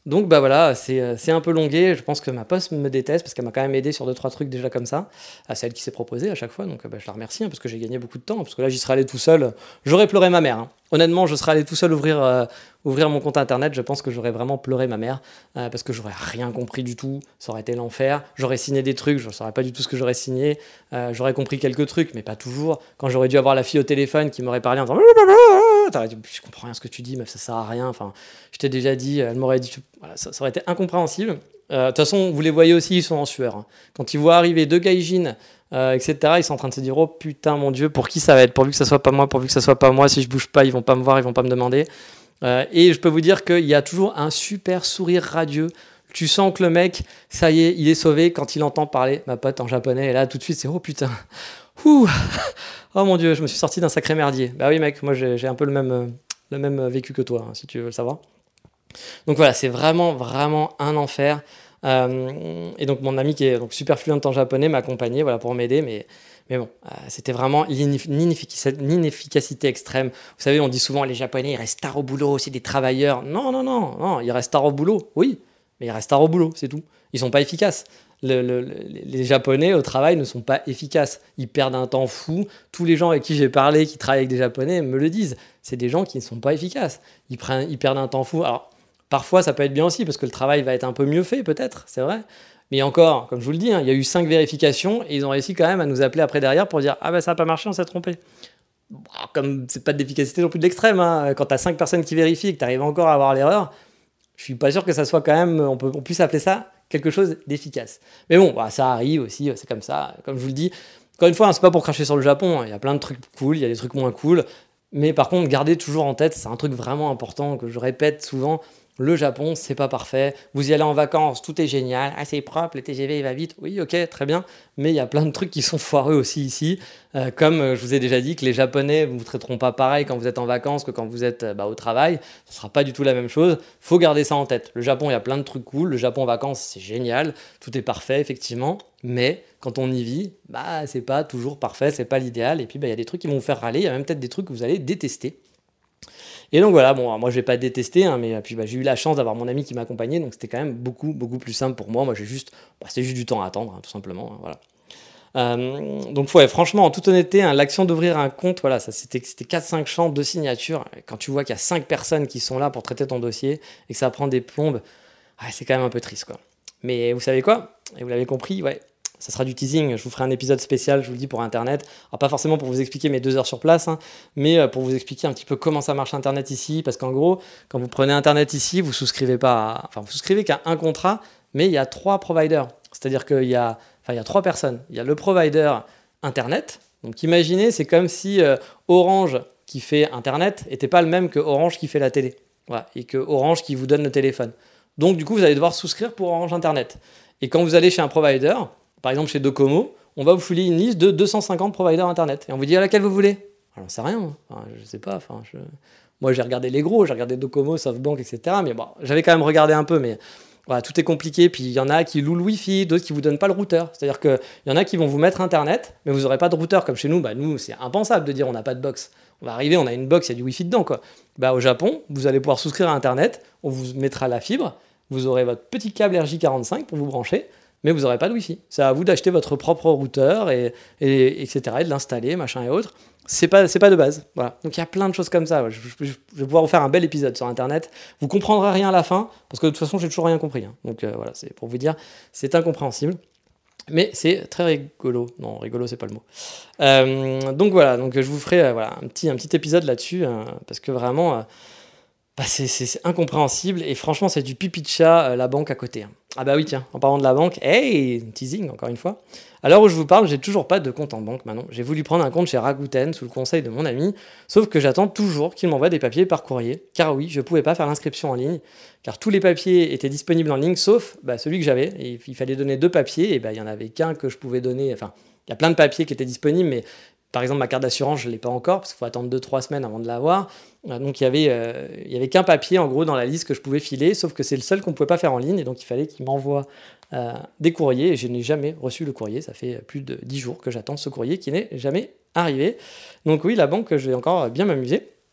Donc bah voilà, c'est, c'est un peu longué. Je pense que ma poste me déteste parce qu'elle m'a quand même aidé sur deux trois trucs déjà comme ça. Ah, c'est elle qui s'est proposée à chaque fois, donc bah, je la remercie hein, parce que j'ai gagné beaucoup de temps. Parce que là, j'y serais allé tout seul. J'aurais pleuré ma mère. Hein. Honnêtement, je serais allé tout seul ouvrir, euh, ouvrir mon compte internet. Je pense que j'aurais vraiment pleuré ma mère euh, parce que j'aurais rien compris du tout. Ça aurait été l'enfer. J'aurais signé des trucs, je ne saurais pas du tout ce que j'aurais signé. Euh, j'aurais compris quelques trucs, mais pas toujours. Quand j'aurais dû avoir la fille au téléphone qui m'aurait parlé en disant t'aurais dit, je comprends rien ce que tu dis, meuf, ça sert à rien. Enfin, je t'ai déjà dit, elle m'aurait dit, voilà, ça, ça aurait été incompréhensible. De euh, toute façon, vous les voyez aussi, ils sont en sueur. Hein. Quand ils voient arriver deux gaijins, euh, et cetera, ils sont en train de se dire, oh putain, mon Dieu, pour qui ça va être? Pourvu que ça soit pas moi, pourvu que ça soit pas moi. Si je bouge pas, ils vont pas me voir, ils vont pas me demander. Euh, et je peux vous dire qu'il y a toujours un super sourire radieux. Tu sens que le mec, ça y est, il est sauvé quand il entend parler ma pote en japonais. Et là, tout de suite, c'est oh putain. Ouh. Oh mon Dieu, je me suis sorti d'un sacré merdier. Bah oui, mec, moi j'ai, j'ai un peu le même, euh, le même vécu que toi, hein, si tu veux le savoir. Donc voilà, c'est vraiment, vraiment un enfer. Euh, et donc mon ami qui est donc super fluent en japonais m'a accompagné voilà, pour m'aider. Mais, mais bon, euh, c'était vraiment l'inefficacité, l'inefficacité extrême. Vous savez, on dit souvent les Japonais, ils restent tard au boulot, c'est des travailleurs. Non, non, non, non, ils restent tard au boulot, oui. Mais ils restent tard au boulot, c'est tout. Ils sont pas efficaces. Le, le, le, les Japonais au travail ne sont pas efficaces. Ils perdent un temps fou. Tous les gens avec qui j'ai parlé, qui travaillent avec des Japonais, me le disent. C'est des gens qui ne sont pas efficaces. Ils, prennent, ils perdent un temps fou. Alors, parfois, ça peut être bien aussi, parce que le travail va être un peu mieux fait, peut-être, c'est vrai. Mais encore, comme je vous le dis, hein, il y a eu cinq vérifications, et ils ont réussi quand même à nous appeler après derrière pour dire « Ah ben ça n'a pas marché, on s'est trompé ». Bon, comme c'est pas d'efficacité non plus de l'extrême, hein, quand tu as cinq personnes qui vérifient et que tu arrives encore à avoir l'erreur, je suis pas sûr que ça soit quand même, on, peut, on puisse appeler ça quelque chose d'efficace. Mais bon, bah, ça arrive aussi, c'est comme ça. Comme je vous le dis, encore une fois, hein, c'est pas pour cracher sur le Japon. Il y a plein de trucs cool, il y a des trucs moins cool. Mais par contre, gardez toujours en tête, c'est un truc vraiment important que je répète souvent. Le Japon, c'est pas parfait. Vous y allez en vacances, tout est génial. Ah, c'est propre, le T G V il va vite. Oui, ok, très bien. Mais il y a plein de trucs qui sont foireux aussi ici. Euh, comme euh, je vous ai déjà dit que les Japonais ne vous traiteront pas pareil quand vous êtes en vacances que quand vous êtes euh, bah, au travail. Ce sera pas du tout la même chose. Faut garder ça en tête. Le Japon, il y a plein de trucs cool. Le Japon en vacances, c'est génial. Tout est parfait, effectivement. Mais quand on y vit, bah, c'est pas toujours parfait, c'est pas l'idéal. Et puis, bah, il y a des trucs qui vont vous faire râler. Il y a même peut-être des trucs que vous allez détester. Et donc voilà, bon, moi je vais pas détester, hein, mais puis bah, j'ai eu la chance d'avoir mon ami qui m'accompagnait, donc c'était quand même beaucoup, beaucoup plus simple pour moi. Moi j'ai juste, bah, c'était juste du temps à attendre, hein, tout simplement, hein, voilà. Euh, donc ouais, franchement, en toute honnêteté, hein, l'action d'ouvrir un compte, voilà, ça c'était, c'était quatre cinq champs de signature. Quand tu vois qu'il y a cinq personnes qui sont là pour traiter ton dossier et que ça prend des plombes, ouais, c'est quand même un peu triste, quoi. Mais vous savez quoi? Et vous l'avez compris, ouais. Ça sera du teasing, je vous ferai un épisode spécial, je vous le dis, pour Internet. Alors pas forcément pour vous expliquer mes deux heures sur place, hein, mais pour vous expliquer un petit peu comment ça marche Internet ici, parce qu'en gros, quand vous prenez Internet ici, vous souscrivez pas à... Enfin, vous souscrivez qu'à un contrat, mais il y a trois providers. C'est-à-dire qu'il y a... Enfin, il y a trois personnes. Il y a le provider Internet. Donc imaginez, c'est comme si euh, Orange, qui fait Internet, n'était pas le même que Orange qui fait la télé. Voilà, et que Orange qui vous donne le téléphone. Donc du coup, vous allez devoir souscrire pour Orange Internet. Et quand vous allez chez un provider... Par exemple, chez Docomo, on va vous filer une liste de deux cent cinquante providers Internet. Et on vous dit à laquelle vous voulez. Alors, on sait rien. Enfin, je sais pas. Enfin, je... Moi, j'ai regardé les gros. J'ai regardé Docomo, SoftBank, et cetera. Mais bon, j'avais quand même regardé un peu. Mais voilà, tout est compliqué. Puis il y en a qui louent le Wi-Fi, d'autres qui vous donnent pas le routeur. C'est-à-dire qu'il y en a qui vont vous mettre Internet, mais vous n'aurez pas de routeur. Comme chez nous, bah, nous, c'est impensable de dire on n'a pas de box. On va arriver, on a une box, il y a du Wi-Fi dedans, quoi. Bah, au Japon, vous allez pouvoir souscrire à Internet. On vous mettra la fibre. Vous aurez votre petit câble R J quarante-cinq pour vous brancher. Mais vous n'aurez pas de Wi-Fi. C'est à vous d'acheter votre propre routeur, et, et, etc., et de l'installer, machin et autres. C'est pas, c'est pas de base. Voilà. Donc il y a plein de choses comme ça. Je, je, je vais pouvoir vous faire un bel épisode sur Internet. Vous comprendrez rien à la fin, parce que de toute façon, j'ai toujours rien compris. Hein. Donc euh, voilà, c'est pour vous dire, c'est incompréhensible. Mais c'est très rigolo. Non, rigolo, c'est pas le mot. Euh, donc voilà, donc je vous ferai euh, voilà, un, petit, un petit épisode là-dessus, euh, parce que vraiment... Euh, Bah c'est, c'est, c'est incompréhensible et franchement c'est du pipi de chat, euh, la banque à côté. Hein. Ah bah oui tiens, en parlant de la banque, hey, teasing encore une fois. À l'heure où je vous parle, j'ai toujours pas de compte en banque maintenant. J'ai voulu prendre un compte chez Rakuten sous le conseil de mon ami, sauf que j'attends toujours qu'il m'envoie des papiers par courrier, car oui, je pouvais pas faire l'inscription en ligne, car tous les papiers étaient disponibles en ligne, sauf bah, celui que j'avais. Et il fallait donner deux papiers, et bah il y en avait qu'un que je pouvais donner, enfin, il y a plein de papiers qui étaient disponibles, mais... Par exemple, ma carte d'assurance, je ne l'ai pas encore, parce qu'il faut attendre deux trois semaines avant de l'avoir. Donc, il n'y avait, euh, il y avait qu'un papier, en gros, dans la liste que je pouvais filer, sauf que c'est le seul qu'on ne pouvait pas faire en ligne. Et donc, il fallait qu'il m'envoie euh, des courriers. Et je n'ai jamais reçu le courrier. Ça fait plus de dix jours que j'attends ce courrier qui n'est jamais arrivé. Donc oui, la banque, je vais encore bien m'amuser.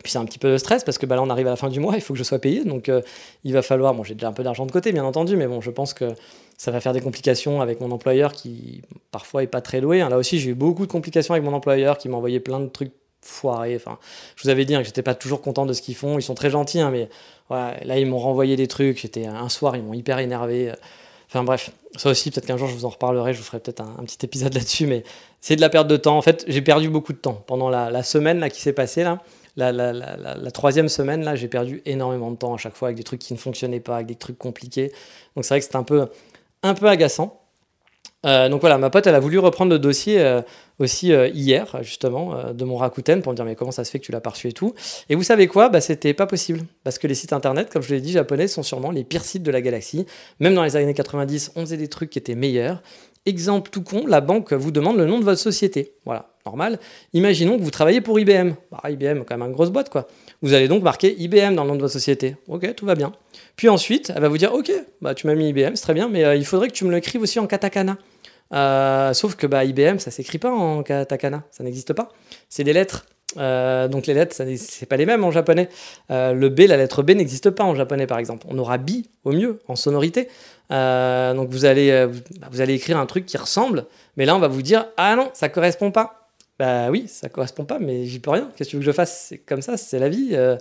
Puis c'est un petit peu de stress parce que bah, là on arrive à la fin du mois, il faut que je sois payé, donc euh, il va falloir, bon j'ai déjà un peu d'argent de côté bien entendu, mais bon je pense que ça va faire des complications avec mon employeur qui parfois est pas très doué, hein. Là aussi j'ai eu beaucoup de complications avec mon employeur qui m'a envoyé plein de trucs foirés, enfin je vous avais dit hein, que j'étais pas toujours content de ce qu'ils font, ils sont très gentils, hein, mais voilà, là ils m'ont renvoyé des trucs, j'étais un soir ils m'ont hyper énervé, enfin bref, ça aussi peut-être qu'un jour je vous en reparlerai, je vous ferai peut-être un, un petit épisode là-dessus, mais c'est de la perte de temps, en fait j'ai perdu beaucoup de temps pendant la, la semaine là, qui s'est passée là. La, la, la, la, la troisième semaine, là, j'ai perdu énormément de temps à chaque fois avec des trucs qui ne fonctionnaient pas, avec des trucs compliqués. Donc c'est vrai que c'était un peu, un peu agaçant. Euh, donc voilà, ma pote, elle a voulu reprendre le dossier euh, aussi euh, hier, justement, euh, de mon Rakuten pour me dire mais comment ça se fait que tu l'as pas reçu et tout. Et vous savez quoi ? Bah, c'était pas possible. Parce que les sites internet, comme je l'ai dit, japonais, sont sûrement les pires sites de la galaxie. Même dans les années quatre-vingt-dix, on faisait des trucs qui étaient meilleurs. Exemple tout con, la banque vous demande le nom de votre société. Voilà, normal. Imaginons que vous travaillez pour I B M. Bah, I B M, quand même une grosse boîte, quoi. Vous allez donc marquer I B M dans le nom de votre société. Ok, tout va bien. Puis ensuite, elle va vous dire, ok, bah, tu m'as mis I B M, c'est très bien, mais euh, il faudrait que tu me l'écrives aussi en katakana. Euh, sauf que bah, I B M, ça s'écrit pas en katakana, ça n'existe pas. C'est des lettres. Euh, donc les lettres, ça, c'est pas les mêmes en japonais. Euh, le B, la lettre B n'existe pas en japonais, par exemple. On aura bi au mieux en sonorité. Euh, donc vous allez, euh, vous allez écrire un truc qui ressemble, mais là on va vous dire ah non, ça correspond pas. Bah oui, ça correspond pas, mais j'y peux rien. Qu'est-ce que tu veux que je fasse ? C'est comme ça, c'est la vie. Euh,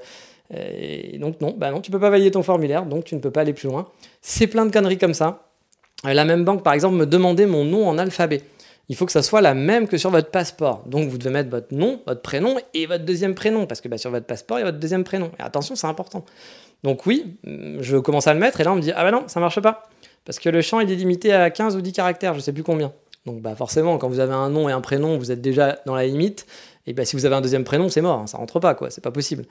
et donc non, bah non, tu peux pas valider ton formulaire, donc tu ne peux pas aller plus loin. C'est plein de conneries comme ça. La même banque, par exemple, me demandait mon nom en alphabet. Il faut que ça soit la même que sur votre passeport. Donc, vous devez mettre votre nom, votre prénom et votre deuxième prénom. Parce que bah, sur votre passeport, il y a votre deuxième prénom. Et attention, c'est important. Donc oui, je commence à le mettre et là, on me dit « Ah bah non, ça marche pas. » Parce que le champ, il est limité à quinze ou dix caractères, je sais plus combien. Donc bah forcément, quand vous avez un nom et un prénom, vous êtes déjà dans la limite. Et bah, si vous avez un deuxième prénom, c'est mort. Hein, ça rentre pas, quoi. C'est pas possible.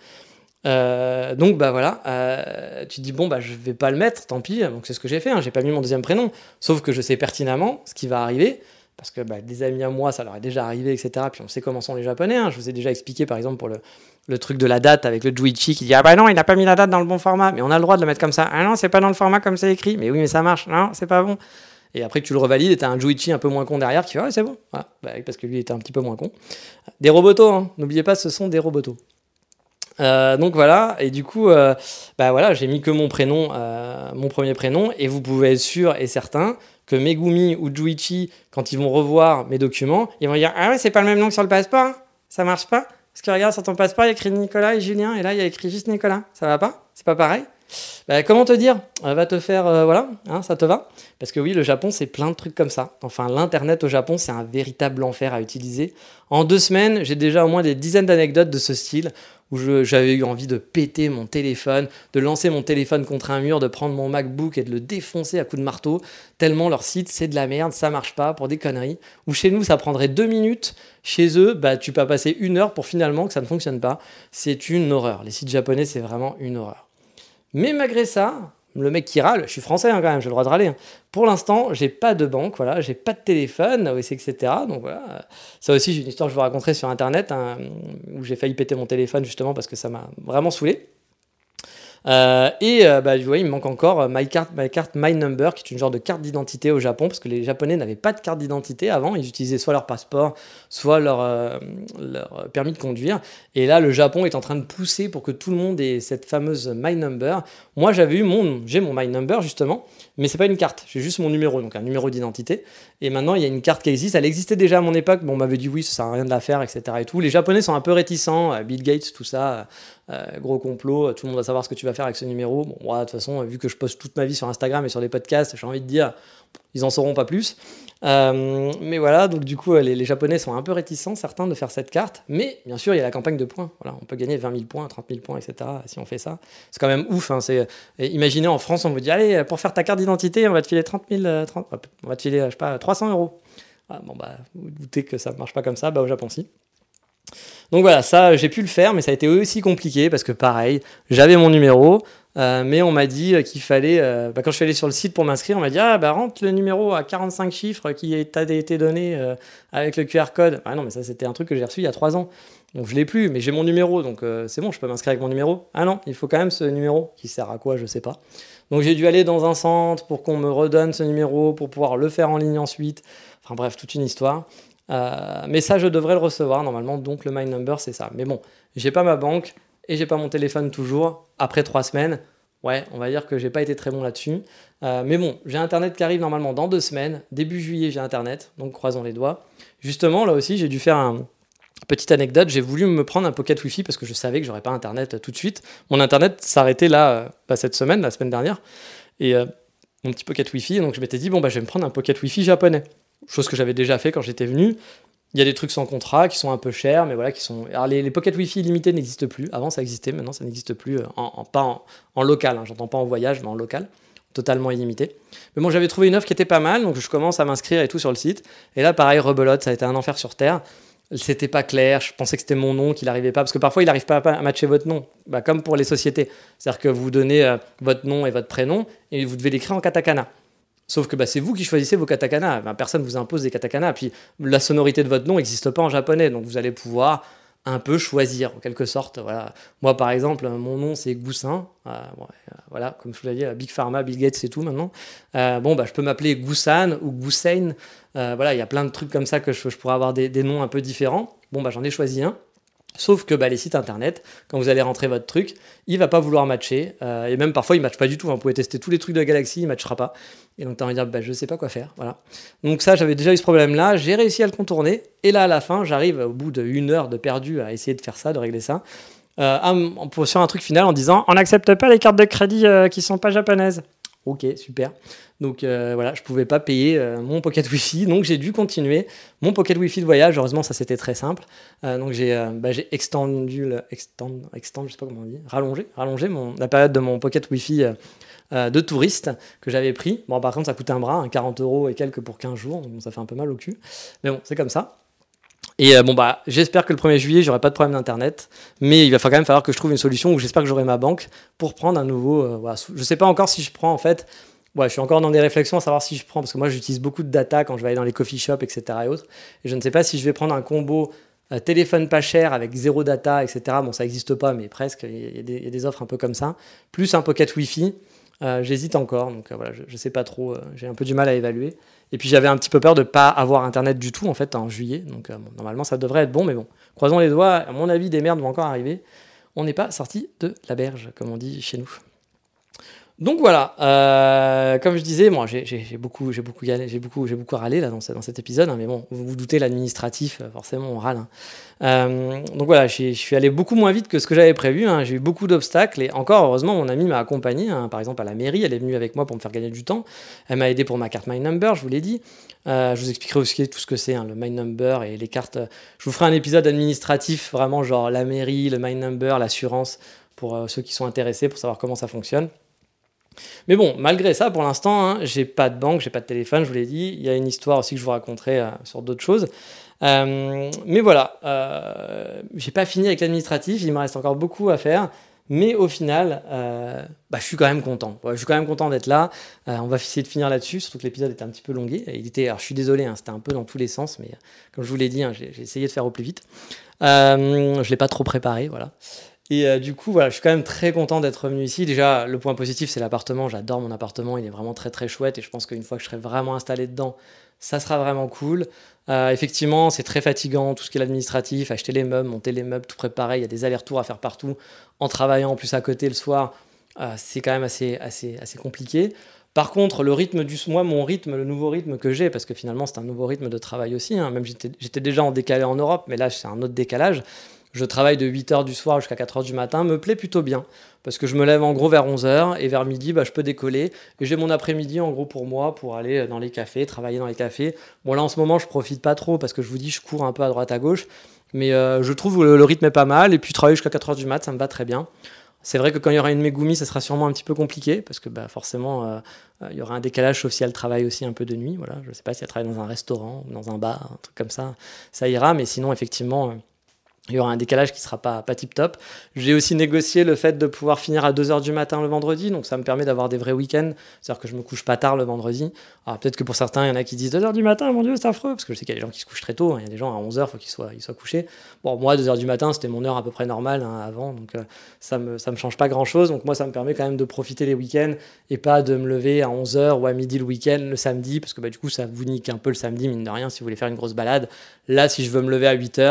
Euh, donc bah voilà, euh, tu te dis bon bah je vais pas le mettre, tant pis. Donc c'est ce que j'ai fait, hein, j'ai pas mis mon deuxième prénom. Sauf que je sais pertinemment ce qui va arriver. Parce que bah, des amis à moi, ça leur est déjà arrivé, et cetera. Puis on sait comment sont les Japonais. Hein. Je vous ai déjà expliqué, par exemple, pour le, le truc de la date avec le Juichi qui dit « Ah bah non, il n'a pas mis la date dans le bon format. Mais on a le droit de le mettre comme ça. Ah non, c'est pas dans le format comme c'est écrit. Mais oui, mais ça marche. Non, c'est pas bon. » Et après que tu le revalides, et t'as un Juichi un peu moins con derrière qui fait « Ouais, c'est bon. » Voilà. Bah, parce que lui était un petit peu moins con. Des robotos, hein. N'oubliez pas, ce sont des robotos. Euh, donc voilà, et du coup, euh, bah voilà, j'ai mis que mon prénom, euh, mon premier prénom, et vous pouvez être sûr et certain que Megumi ou Juichi, quand ils vont revoir mes documents, ils vont dire « Ah ouais, c'est pas le même nom que sur le passeport, hein, ça marche pas. Parce que regarde, sur ton passeport, il y a écrit Nicolas et Julien, et là, il y a écrit juste Nicolas. Ça va pas ? C'est pas pareil ?» Bah, comment te dire ? euh, Va te faire, euh, voilà, hein, ça te va ? Parce que oui, le Japon, c'est plein de trucs comme ça. Enfin, l'internet au Japon, c'est un véritable enfer à utiliser. En deux semaines, j'ai déjà au moins des dizaines d'anecdotes de ce style, où je, j'avais eu envie de péter mon téléphone, de lancer mon téléphone contre un mur, de prendre mon MacBook et de le défoncer à coups de marteau, tellement leur site, c'est de la merde, ça marche pas, pour des conneries. Ou chez nous, ça prendrait deux minutes. Chez eux, bah, tu peux passer une heure pour finalement que ça ne fonctionne pas. C'est une horreur. Les sites japonais, c'est vraiment une horreur. Mais malgré ça, le mec qui râle, je suis français hein, quand même, j'ai le droit de râler. Hein. Pour l'instant, j'ai pas de banque, voilà, j'ai pas de téléphone, et cetera. Donc voilà, ça aussi, j'ai une histoire que je vous raconterai sur internet hein, où j'ai failli péter mon téléphone justement parce que ça m'a vraiment saoulé. Euh, et euh, bah, vous voyez, il me manque encore My Card, My Card, My Number, qui est une genre de carte d'identité au Japon, parce que les Japonais n'avaient pas de carte d'identité avant, ils utilisaient soit leur passeport, soit leur, euh, leur permis de conduire. Et là, le Japon est en train de pousser pour que tout le monde ait cette fameuse My Number. Moi, j'avais eu mon, j'ai mon My Number justement, mais c'est pas une carte, j'ai juste mon numéro, donc un numéro d'identité. Et maintenant, il y a une carte qui existe, elle existait déjà à mon époque, mais on m'avait dit oui, ça sert à rien de la faire, et cetera. Et tout. Les Japonais sont un peu réticents, Bill Gates, tout ça. Euh, gros complot, tout le monde va savoir ce que tu vas faire avec ce numéro. Bon, moi, de toute façon, vu que je poste toute ma vie sur Instagram et sur les podcasts, j'ai envie de dire, ils en sauront pas plus. Euh, mais voilà, donc du coup, les, les Japonais sont un peu réticents, certains, de faire cette carte. Mais bien sûr, il y a la campagne de points. Voilà, on peut gagner vingt mille points, trente mille points, et cetera. Si on fait ça, c'est quand même ouf. Hein, c'est, imaginez en France, on vous dit, allez, pour faire ta carte d'identité, on va te filer trente mille, trente, on va te filer, je sais pas, trois cents euros. Ah, bon bah, vous vous doutez que ça ne marche pas comme ça. Bah, au Japon, si. Donc voilà, ça j'ai pu le faire, mais ça a été aussi compliqué parce que pareil, j'avais mon numéro, euh, mais on m'a dit qu'il fallait, euh, bah, quand je suis allé sur le site pour m'inscrire, on m'a dit ah bah rentre le numéro à quarante-cinq chiffres qui t'a été donné euh, avec le Q R code. Ah non mais ça c'était un truc que j'ai reçu il y a trois ans, donc je l'ai plus, mais j'ai mon numéro, donc euh, c'est bon, je peux m'inscrire avec mon numéro. Ah non, il faut quand même ce numéro qui sert à quoi, je sais pas. Donc j'ai dû aller dans un centre pour qu'on me redonne ce numéro pour pouvoir le faire en ligne ensuite. Enfin bref, toute une histoire. Euh, mais ça, je devrais le recevoir normalement, donc le My Number, c'est ça. Mais bon, j'ai pas ma banque et j'ai pas mon téléphone toujours après trois semaines. Ouais, on va dire que j'ai pas été très bon là-dessus. Euh, mais bon, j'ai Internet qui arrive normalement dans deux semaines. Début juillet, j'ai Internet, donc croisons les doigts. Justement, là aussi, j'ai dû faire un... Petite anecdote, j'ai voulu me prendre un pocket Wi-Fi parce que je savais que j'aurais pas Internet tout de suite. Mon Internet s'arrêtait là, euh, pas cette semaine, la semaine dernière. Et euh, mon petit pocket Wi-Fi, donc je m'étais dit, bon, bah, je vais me prendre un pocket Wi-Fi japonais. Chose que j'avais déjà fait quand j'étais venu. Il y a des trucs sans contrat qui sont un peu chers, mais voilà, qui sont... Alors, les, les pocket Wi-Fi illimités n'existent plus. Avant, ça existait, maintenant, ça n'existe plus. En, en, pas en, en local, hein. J'entends pas en voyage, mais en local. Totalement illimité. Mais bon, j'avais trouvé une offre qui était pas mal, donc je commence à m'inscrire et tout sur le site. Et là, pareil, rebelote, ça a été un enfer sur Terre. C'était pas clair, je pensais que c'était mon nom, qu'il n'arrivait pas, parce que parfois il n'arrive pas à matcher votre nom, bah, comme pour les sociétés. C'est-à-dire que vous donnez euh, votre nom et votre prénom, et vous devez l'écrire en katakana. Sauf que bah, c'est vous qui choisissez vos katakana, bah, personne ne vous impose des katakana, puis la sonorité de votre nom n'existe pas en japonais, donc vous allez pouvoir un peu choisir, en quelque sorte. Voilà. Moi, par exemple, mon nom, c'est Goussin. Euh, bon, euh, voilà, comme je vous l'ai dit, Big Pharma, Bill Gates, c'est tout maintenant. Euh, bon, bah, je peux m'appeler Goussan ou Goussein. Euh, voilà, il y a plein de trucs comme ça que je, je pourrais avoir des, des noms un peu différents. Bon, bah, j'en ai choisi un. Sauf que bah, les sites internet, quand vous allez rentrer votre truc, il va pas vouloir matcher. Euh, et même parfois, il ne matche pas du tout. Vous pouvez tester tous les trucs de la galaxie, il ne matchera pas. Et donc, tu as envie de dire, bah, je ne sais pas quoi faire. Voilà. Donc ça, j'avais déjà eu ce problème-là. J'ai réussi à le contourner. Et là, à la fin, j'arrive au bout d'une heure de perdu à essayer de faire ça, de régler ça, euh, à, pour sur un truc final en disant, on n'accepte pas les cartes de crédit euh, qui ne sont pas japonaises. Ok, super. Donc euh, voilà, je ne pouvais pas payer euh, mon pocket Wi-Fi, donc j'ai dû continuer mon pocket Wi-Fi de voyage. Heureusement, ça c'était très simple. Euh, donc j'ai, euh, bah, j'ai extendu, le, extend, extend, je sais pas comment on dit, rallongé, rallongé mon, la période de mon pocket Wi-Fi euh, euh, de touriste que j'avais pris. Bon, par contre, ça coûtait un bras, hein, quarante euros et quelques pour quinze jours, donc ça fait un peu mal au cul. Mais bon, c'est comme ça. Et euh, bon, bah, j'espère que le premier juillet, j'aurai pas de problème d'internet, mais il va quand même falloir que je trouve une solution où j'espère que j'aurai ma banque pour prendre un nouveau. Euh, voilà. Je sais pas encore si je prends en fait. Ouais, je suis encore dans des réflexions à savoir si je prends, parce que moi j'utilise beaucoup de data quand je vais aller dans les coffee shops, et cetera et autres. Et je ne sais pas si je vais prendre un combo euh, téléphone pas cher avec zéro data, et cetera. Bon, ça n'existe pas, mais presque. Il y, a des, il y a des offres un peu comme ça. Plus un pocket Wi-Fi. Euh, j'hésite encore, donc euh, voilà, je ne sais pas trop. Euh, j'ai un peu du mal à évaluer. Et puis j'avais un petit peu peur de ne pas avoir internet du tout en fait en juillet. Donc euh, bon, normalement ça devrait être bon, mais bon, croisons les doigts. À mon avis, des merdes vont encore arriver. On n'est pas sorti de la berge, comme on dit chez nous. Donc voilà, euh, comme je disais, moi j'ai, j'ai, j'ai beaucoup, j'ai beaucoup, j'ai beaucoup, j'ai beaucoup râlé là dans, ce, dans cet épisode, hein, mais bon, vous vous doutez, l'administratif, forcément on râle. Hein. Euh, donc voilà, je suis allé beaucoup moins vite que ce que j'avais prévu. Hein, j'ai eu beaucoup d'obstacles et encore heureusement, mon ami m'a accompagné. Hein, par exemple à la mairie, elle est venue avec moi pour me faire gagner du temps. Elle m'a aidé pour ma carte My Number, je vous l'ai dit. Euh, je vous expliquerai aussi tout ce que c'est, hein, le My Number et les cartes. Je vous ferai un épisode administratif, vraiment genre la mairie, le My Number, l'assurance pour euh, ceux qui sont intéressés pour savoir comment ça fonctionne. Mais bon, malgré ça, pour l'instant, hein, j'ai pas de banque, j'ai pas de téléphone, je vous l'ai dit. Il y a une histoire aussi que je vous raconterai euh, sur d'autres choses. Euh, mais voilà, euh, j'ai pas fini avec l'administratif, il me reste encore beaucoup à faire. Mais au final, euh, bah, je suis quand même content. Ouais, je suis quand même content d'être là. Euh, on va essayer de finir là-dessus, surtout que l'épisode était un petit peu longué. Il était, alors je suis désolé, hein, c'était un peu dans tous les sens, mais comme je vous l'ai dit, hein, j'ai, j'ai essayé de faire au plus vite. Euh, je l'ai pas trop préparé, voilà. Et euh, du coup, voilà, je suis quand même très content d'être venu ici. Déjà, le point positif, c'est l'appartement. J'adore mon appartement. Il est vraiment très, très chouette. Et je pense qu'une fois que je serai vraiment installé dedans, ça sera vraiment cool. Euh, effectivement, c'est très fatigant, tout ce qui est l'administratif, acheter les meubles, monter les meubles, tout préparer. Il y a des allers-retours à faire partout. En travaillant en plus à côté le soir, euh, c'est quand même assez, assez, assez compliqué. Par contre, le rythme du moi, mon rythme, le nouveau rythme que j'ai, parce que finalement, c'est un nouveau rythme de travail aussi. Hein, même j'étais, j'étais déjà en décalé en Europe, mais là, c'est un autre décalage. Je travaille de huit heures du soir jusqu'à quatre heures du matin, me plaît plutôt bien, parce que je me lève en gros vers onze heures, et vers midi, bah, je peux décoller, et j'ai mon après-midi en gros pour moi, pour aller dans les cafés, travailler dans les cafés. Bon là en ce moment, je profite pas trop, parce que je vous dis, je cours un peu à droite à gauche, mais euh, je trouve que le, le rythme est pas mal, et puis travailler jusqu'à quatre heures du mat, ça me va très bien. C'est vrai que quand il y aura une Megumi, ça sera sûrement un petit peu compliqué, parce que bah, forcément, euh, euh, il y aura un décalage, sauf si elle travaille aussi un peu de nuit. Voilà. Je ne sais pas si elle travaille dans un restaurant, ou dans un bar, un truc comme ça, ça ira, mais sinon, effectivement... Euh, il y aura un décalage qui ne sera pas, pas tip-top. J'ai aussi négocié le fait de pouvoir finir à deux heures du matin le vendredi, donc ça me permet d'avoir des vrais week-ends, c'est-à-dire que je ne me couche pas tard le vendredi. Alors peut-être que pour certains, il y en a qui disent deux heures du matin, mon Dieu, c'est affreux, parce que je sais qu'il y a des gens qui se couchent très tôt, hein. Il y a des gens à onze heures, il faut qu'ils soient, ils soient couchés. Bon, moi, deux heures du matin, c'était mon heure à peu près normale hein, avant, donc euh, ça ne me, ça me change pas grand-chose. Donc moi, ça me permet quand même de profiter les week-ends et pas de me lever à onze heures ou à midi le week-end, le samedi, parce que bah, du coup, ça vous nique un peu le samedi, mine de rien, si vous voulez faire une grosse balade. Là, si je veux me lever à huit heures,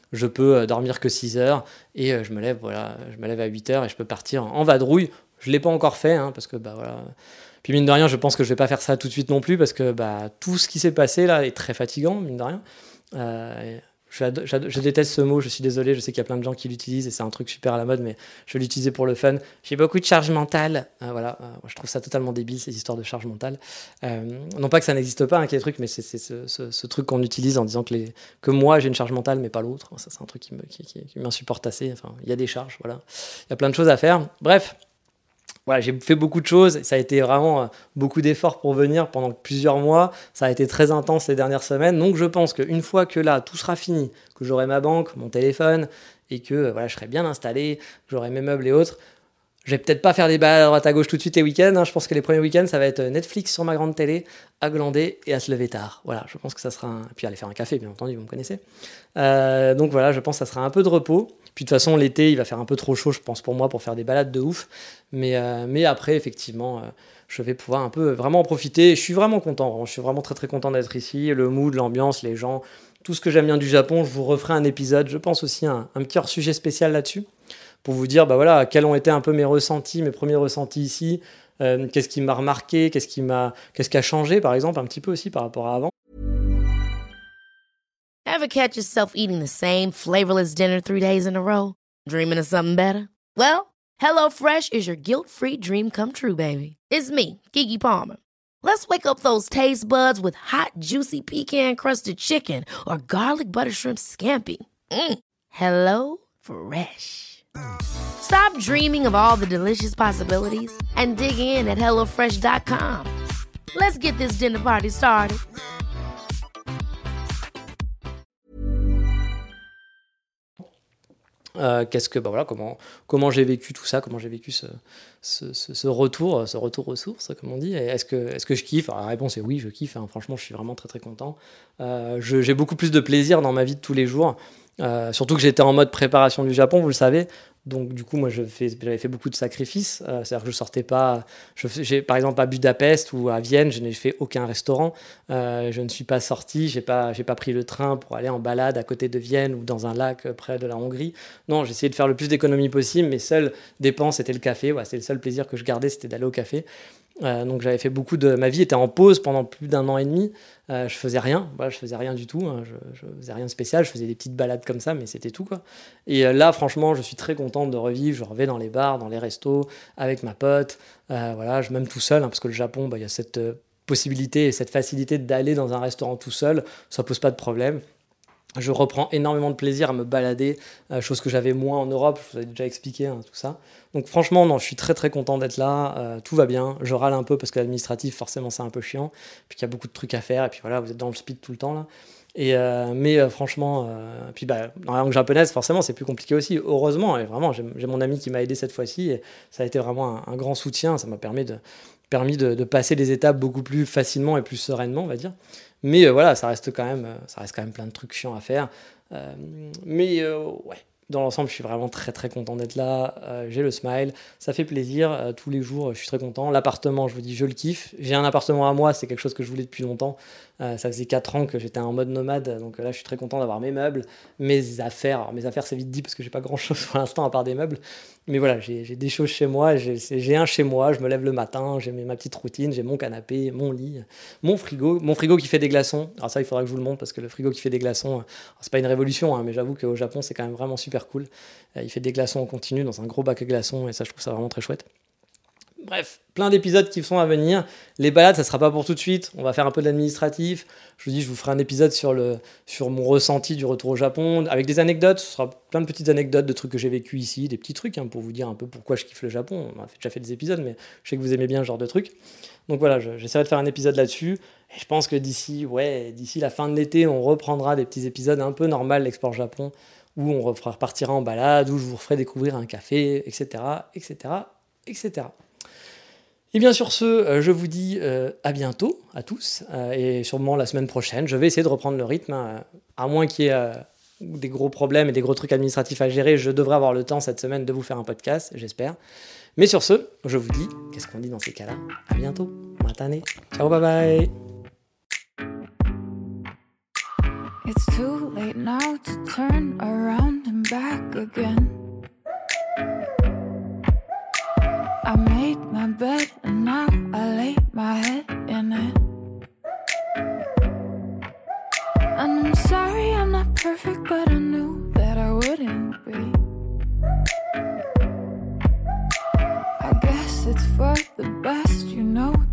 je peux euh, dormir que six heures et euh, je me lève, voilà, je me lève à huit heures et je peux partir en vadrouille. Je l'ai pas encore fait, hein, parce que bah voilà. Puis mine de rien, je pense que je vais pas faire ça tout de suite non plus parce que bah tout ce qui s'est passé là est très fatigant, mine de rien. Euh, J'ado- j'ado- je déteste ce mot, je suis désolé, je sais qu'il y a plein de gens qui l'utilisent et c'est un truc super à la mode, mais je vais l'utiliser pour le fun. J'ai beaucoup de charge mentale. Euh, voilà, euh, moi, je trouve ça totalement débile, ces histoires de charge mentale. Euh, non pas que ça n'existe pas, hein, qu'il y ait des trucs, mais c'est, c'est ce, ce- ce truc qu'on utilise en disant que, les, que moi j'ai une charge mentale, mais pas l'autre. Ça, c'est un truc qui, me, qui, qui- qui m'insupporte assez. Enfin, il y a des charges, voilà. Il y a plein de choses à faire. Bref. Voilà, j'ai fait beaucoup de choses, ça a été vraiment euh, beaucoup d'efforts pour venir pendant plusieurs mois, ça a été très intense les dernières semaines, donc je pense qu'une fois que là, tout sera fini, que j'aurai ma banque, mon téléphone, et que euh, voilà, je serai bien installé, que j'aurai mes meubles et autres, je vais peut-être pas faire des balades à droite à gauche tout de suite les week-ends, hein. Je pense que les premiers week-ends, ça va être Netflix sur ma grande télé, à glander et à se lever tard. Voilà, je pense que ça sera un... Puis aller faire un café, bien entendu, vous me connaissez. Euh, donc voilà, je pense que ça sera un peu de repos. Puis de toute façon, l'été, il va faire un peu trop chaud, je pense, pour moi, pour faire des balades de ouf. Mais, euh, mais après, effectivement, euh, je vais pouvoir un peu vraiment en profiter. Je suis vraiment content, je suis vraiment très très content d'être ici. Le mood, l'ambiance, les gens, tout ce que j'aime bien du Japon, je vous referai un épisode, je pense aussi un, un petit hors-sujet spécial là-dessus, pour vous dire bah voilà, quels ont été un peu mes ressentis, mes premiers ressentis ici, euh, qu'est-ce qui m'a remarqué, qu'est-ce qui, m'a, qu'est-ce qui a changé, par exemple, un petit peu aussi par rapport à avant. Ever catch yourself eating the same flavorless dinner three days in a row? Dreaming of something better? Well, HelloFresh is your guilt-free dream come true, baby. It's me, Keke Palmer. Let's wake up those taste buds with hot, juicy pecan-crusted chicken or garlic butter shrimp scampi. Mm. Hello Fresh. Stop dreaming of all the delicious possibilities and dig in at hello fresh dot com. Let's get this dinner party started. Euh, qu'est-ce que bah voilà comment comment j'ai vécu tout ça, comment j'ai vécu ce, ce, ce, ce retour ce retour aux sources, comme on dit. Et est-ce que est-ce que je kiffe? Alors, la réponse est oui, je kiffe, hein. Franchement, je suis vraiment très très content. Euh, je, j'ai beaucoup plus de plaisir dans ma vie de tous les jours, euh, surtout que j'étais en mode préparation du Japon, vous le savez. Donc du coup, moi, je fais, j'avais fait beaucoup de sacrifices. Euh, c'est-à-dire que je sortais pas. Je, j'ai, par exemple, à Budapest ou à Vienne, je n'ai fait aucun restaurant. Euh, je ne suis pas sorti. J'ai pas, j'ai pas pris le train pour aller en balade à côté de Vienne ou dans un lac près de la Hongrie. Non, j'ai essayé de faire le plus d'économies possible. Mes seules dépenses, c'était le café. Ouais, c'était le seul plaisir que je gardais, c'était d'aller au café. Euh, donc j'avais fait beaucoup de... Ma vie était en pause pendant plus d'un an et demi. Euh, je faisais rien, voilà, je faisais rien du tout. Hein. Je, je faisais rien de spécial. Je faisais des petites balades comme ça, mais c'était tout, quoi. Et euh, là, franchement, je suis très content de revivre. Je revais dans les bars, dans les restos, avec ma pote. Euh, voilà, je, même tout seul, hein, parce que le Japon, bah, y a cette euh, possibilité et cette facilité d'aller dans un restaurant tout seul. Ça pose pas de problème. Je reprends énormément de plaisir à me balader, euh, chose que j'avais moins en Europe, je vous avais déjà expliqué, hein, tout ça. Donc franchement, non, je suis très très content d'être là, euh, tout va bien. Je râle un peu parce que l'administratif, forcément, c'est un peu chiant, puis qu'il y a beaucoup de trucs à faire, et puis voilà, vous êtes dans le speed tout le temps là. Et euh, mais euh, franchement, euh, puis bah, dans la langue japonaise, forcément, c'est plus compliqué aussi. Heureusement, et vraiment, j'ai, j'ai mon ami qui m'a aidé cette fois-ci, et ça a été vraiment un, un grand soutien. Ça m'a permis de permis de, de passer les étapes beaucoup plus facilement et plus sereinement, on va dire. Mais euh, voilà, ça reste quand même, euh, ça reste quand même plein de trucs chiants à faire. Euh, mais euh, ouais, dans l'ensemble, je suis vraiment très très content d'être là. Euh, j'ai le smile, ça fait plaisir. Euh, tous les jours, je suis très content. L'appartement, je vous dis, je le kiffe. J'ai un appartement à moi, c'est quelque chose que je voulais depuis longtemps. Euh, ça faisait quatre ans que j'étais en mode nomade, donc là, je suis très content d'avoir mes meubles, mes affaires. Alors, mes affaires, c'est vite dit parce que j'ai pas grand chose pour l'instant à part des meubles. Mais voilà, j'ai, j'ai des choses chez moi, j'ai, j'ai un chez moi, je me lève le matin, j'ai mes, ma petite routine, j'ai mon canapé, mon lit, mon frigo, mon frigo qui fait des glaçons. Alors ça, il faudra que je vous le montre parce que le frigo qui fait des glaçons, c'est pas une révolution, hein, mais j'avoue qu'au Japon, c'est quand même vraiment super cool. Euh, il fait des glaçons en continu dans un gros bac à glaçons et ça, je trouve ça vraiment très chouette. Bref, plein d'épisodes qui sont à venir. Les balades, ça sera pas pour tout de suite. On va faire un peu de l'administratif. Je vous dis, je vous ferai un épisode sur, le, sur mon ressenti du retour au Japon, avec des anecdotes. Ce sera plein de petites anecdotes de trucs que j'ai vécu ici, des petits trucs, hein, pour vous dire un peu pourquoi je kiffe le Japon. On a déjà fait des épisodes, mais je sais que vous aimez bien ce genre de trucs. Donc voilà, je, j'essaierai de faire un épisode là-dessus. Et je pense que d'ici, ouais, d'ici la fin de l'été, on reprendra des petits épisodes un peu normaux, l'Explore Japon, où on repartira en balade, où je vous ferai découvrir un café, et cetera, et cetera, et cetera. Et bien sur ce, euh, je vous dis euh, à bientôt à tous, euh, et sûrement la semaine prochaine. Je vais essayer de reprendre le rythme, hein, à moins qu'il y ait euh, des gros problèmes et des gros trucs administratifs à gérer. Je devrais avoir le temps cette semaine de vous faire un podcast, j'espère. Mais sur ce, je vous dis, qu'est-ce qu'on dit dans ces cas-là? À bientôt, matane, ciao, bye bye. It's too late now to turn around and back again. I made my bed and now I lay my head in it. And I'm sorry I'm not perfect, but I knew that I wouldn't be. I guess it's for the best, you know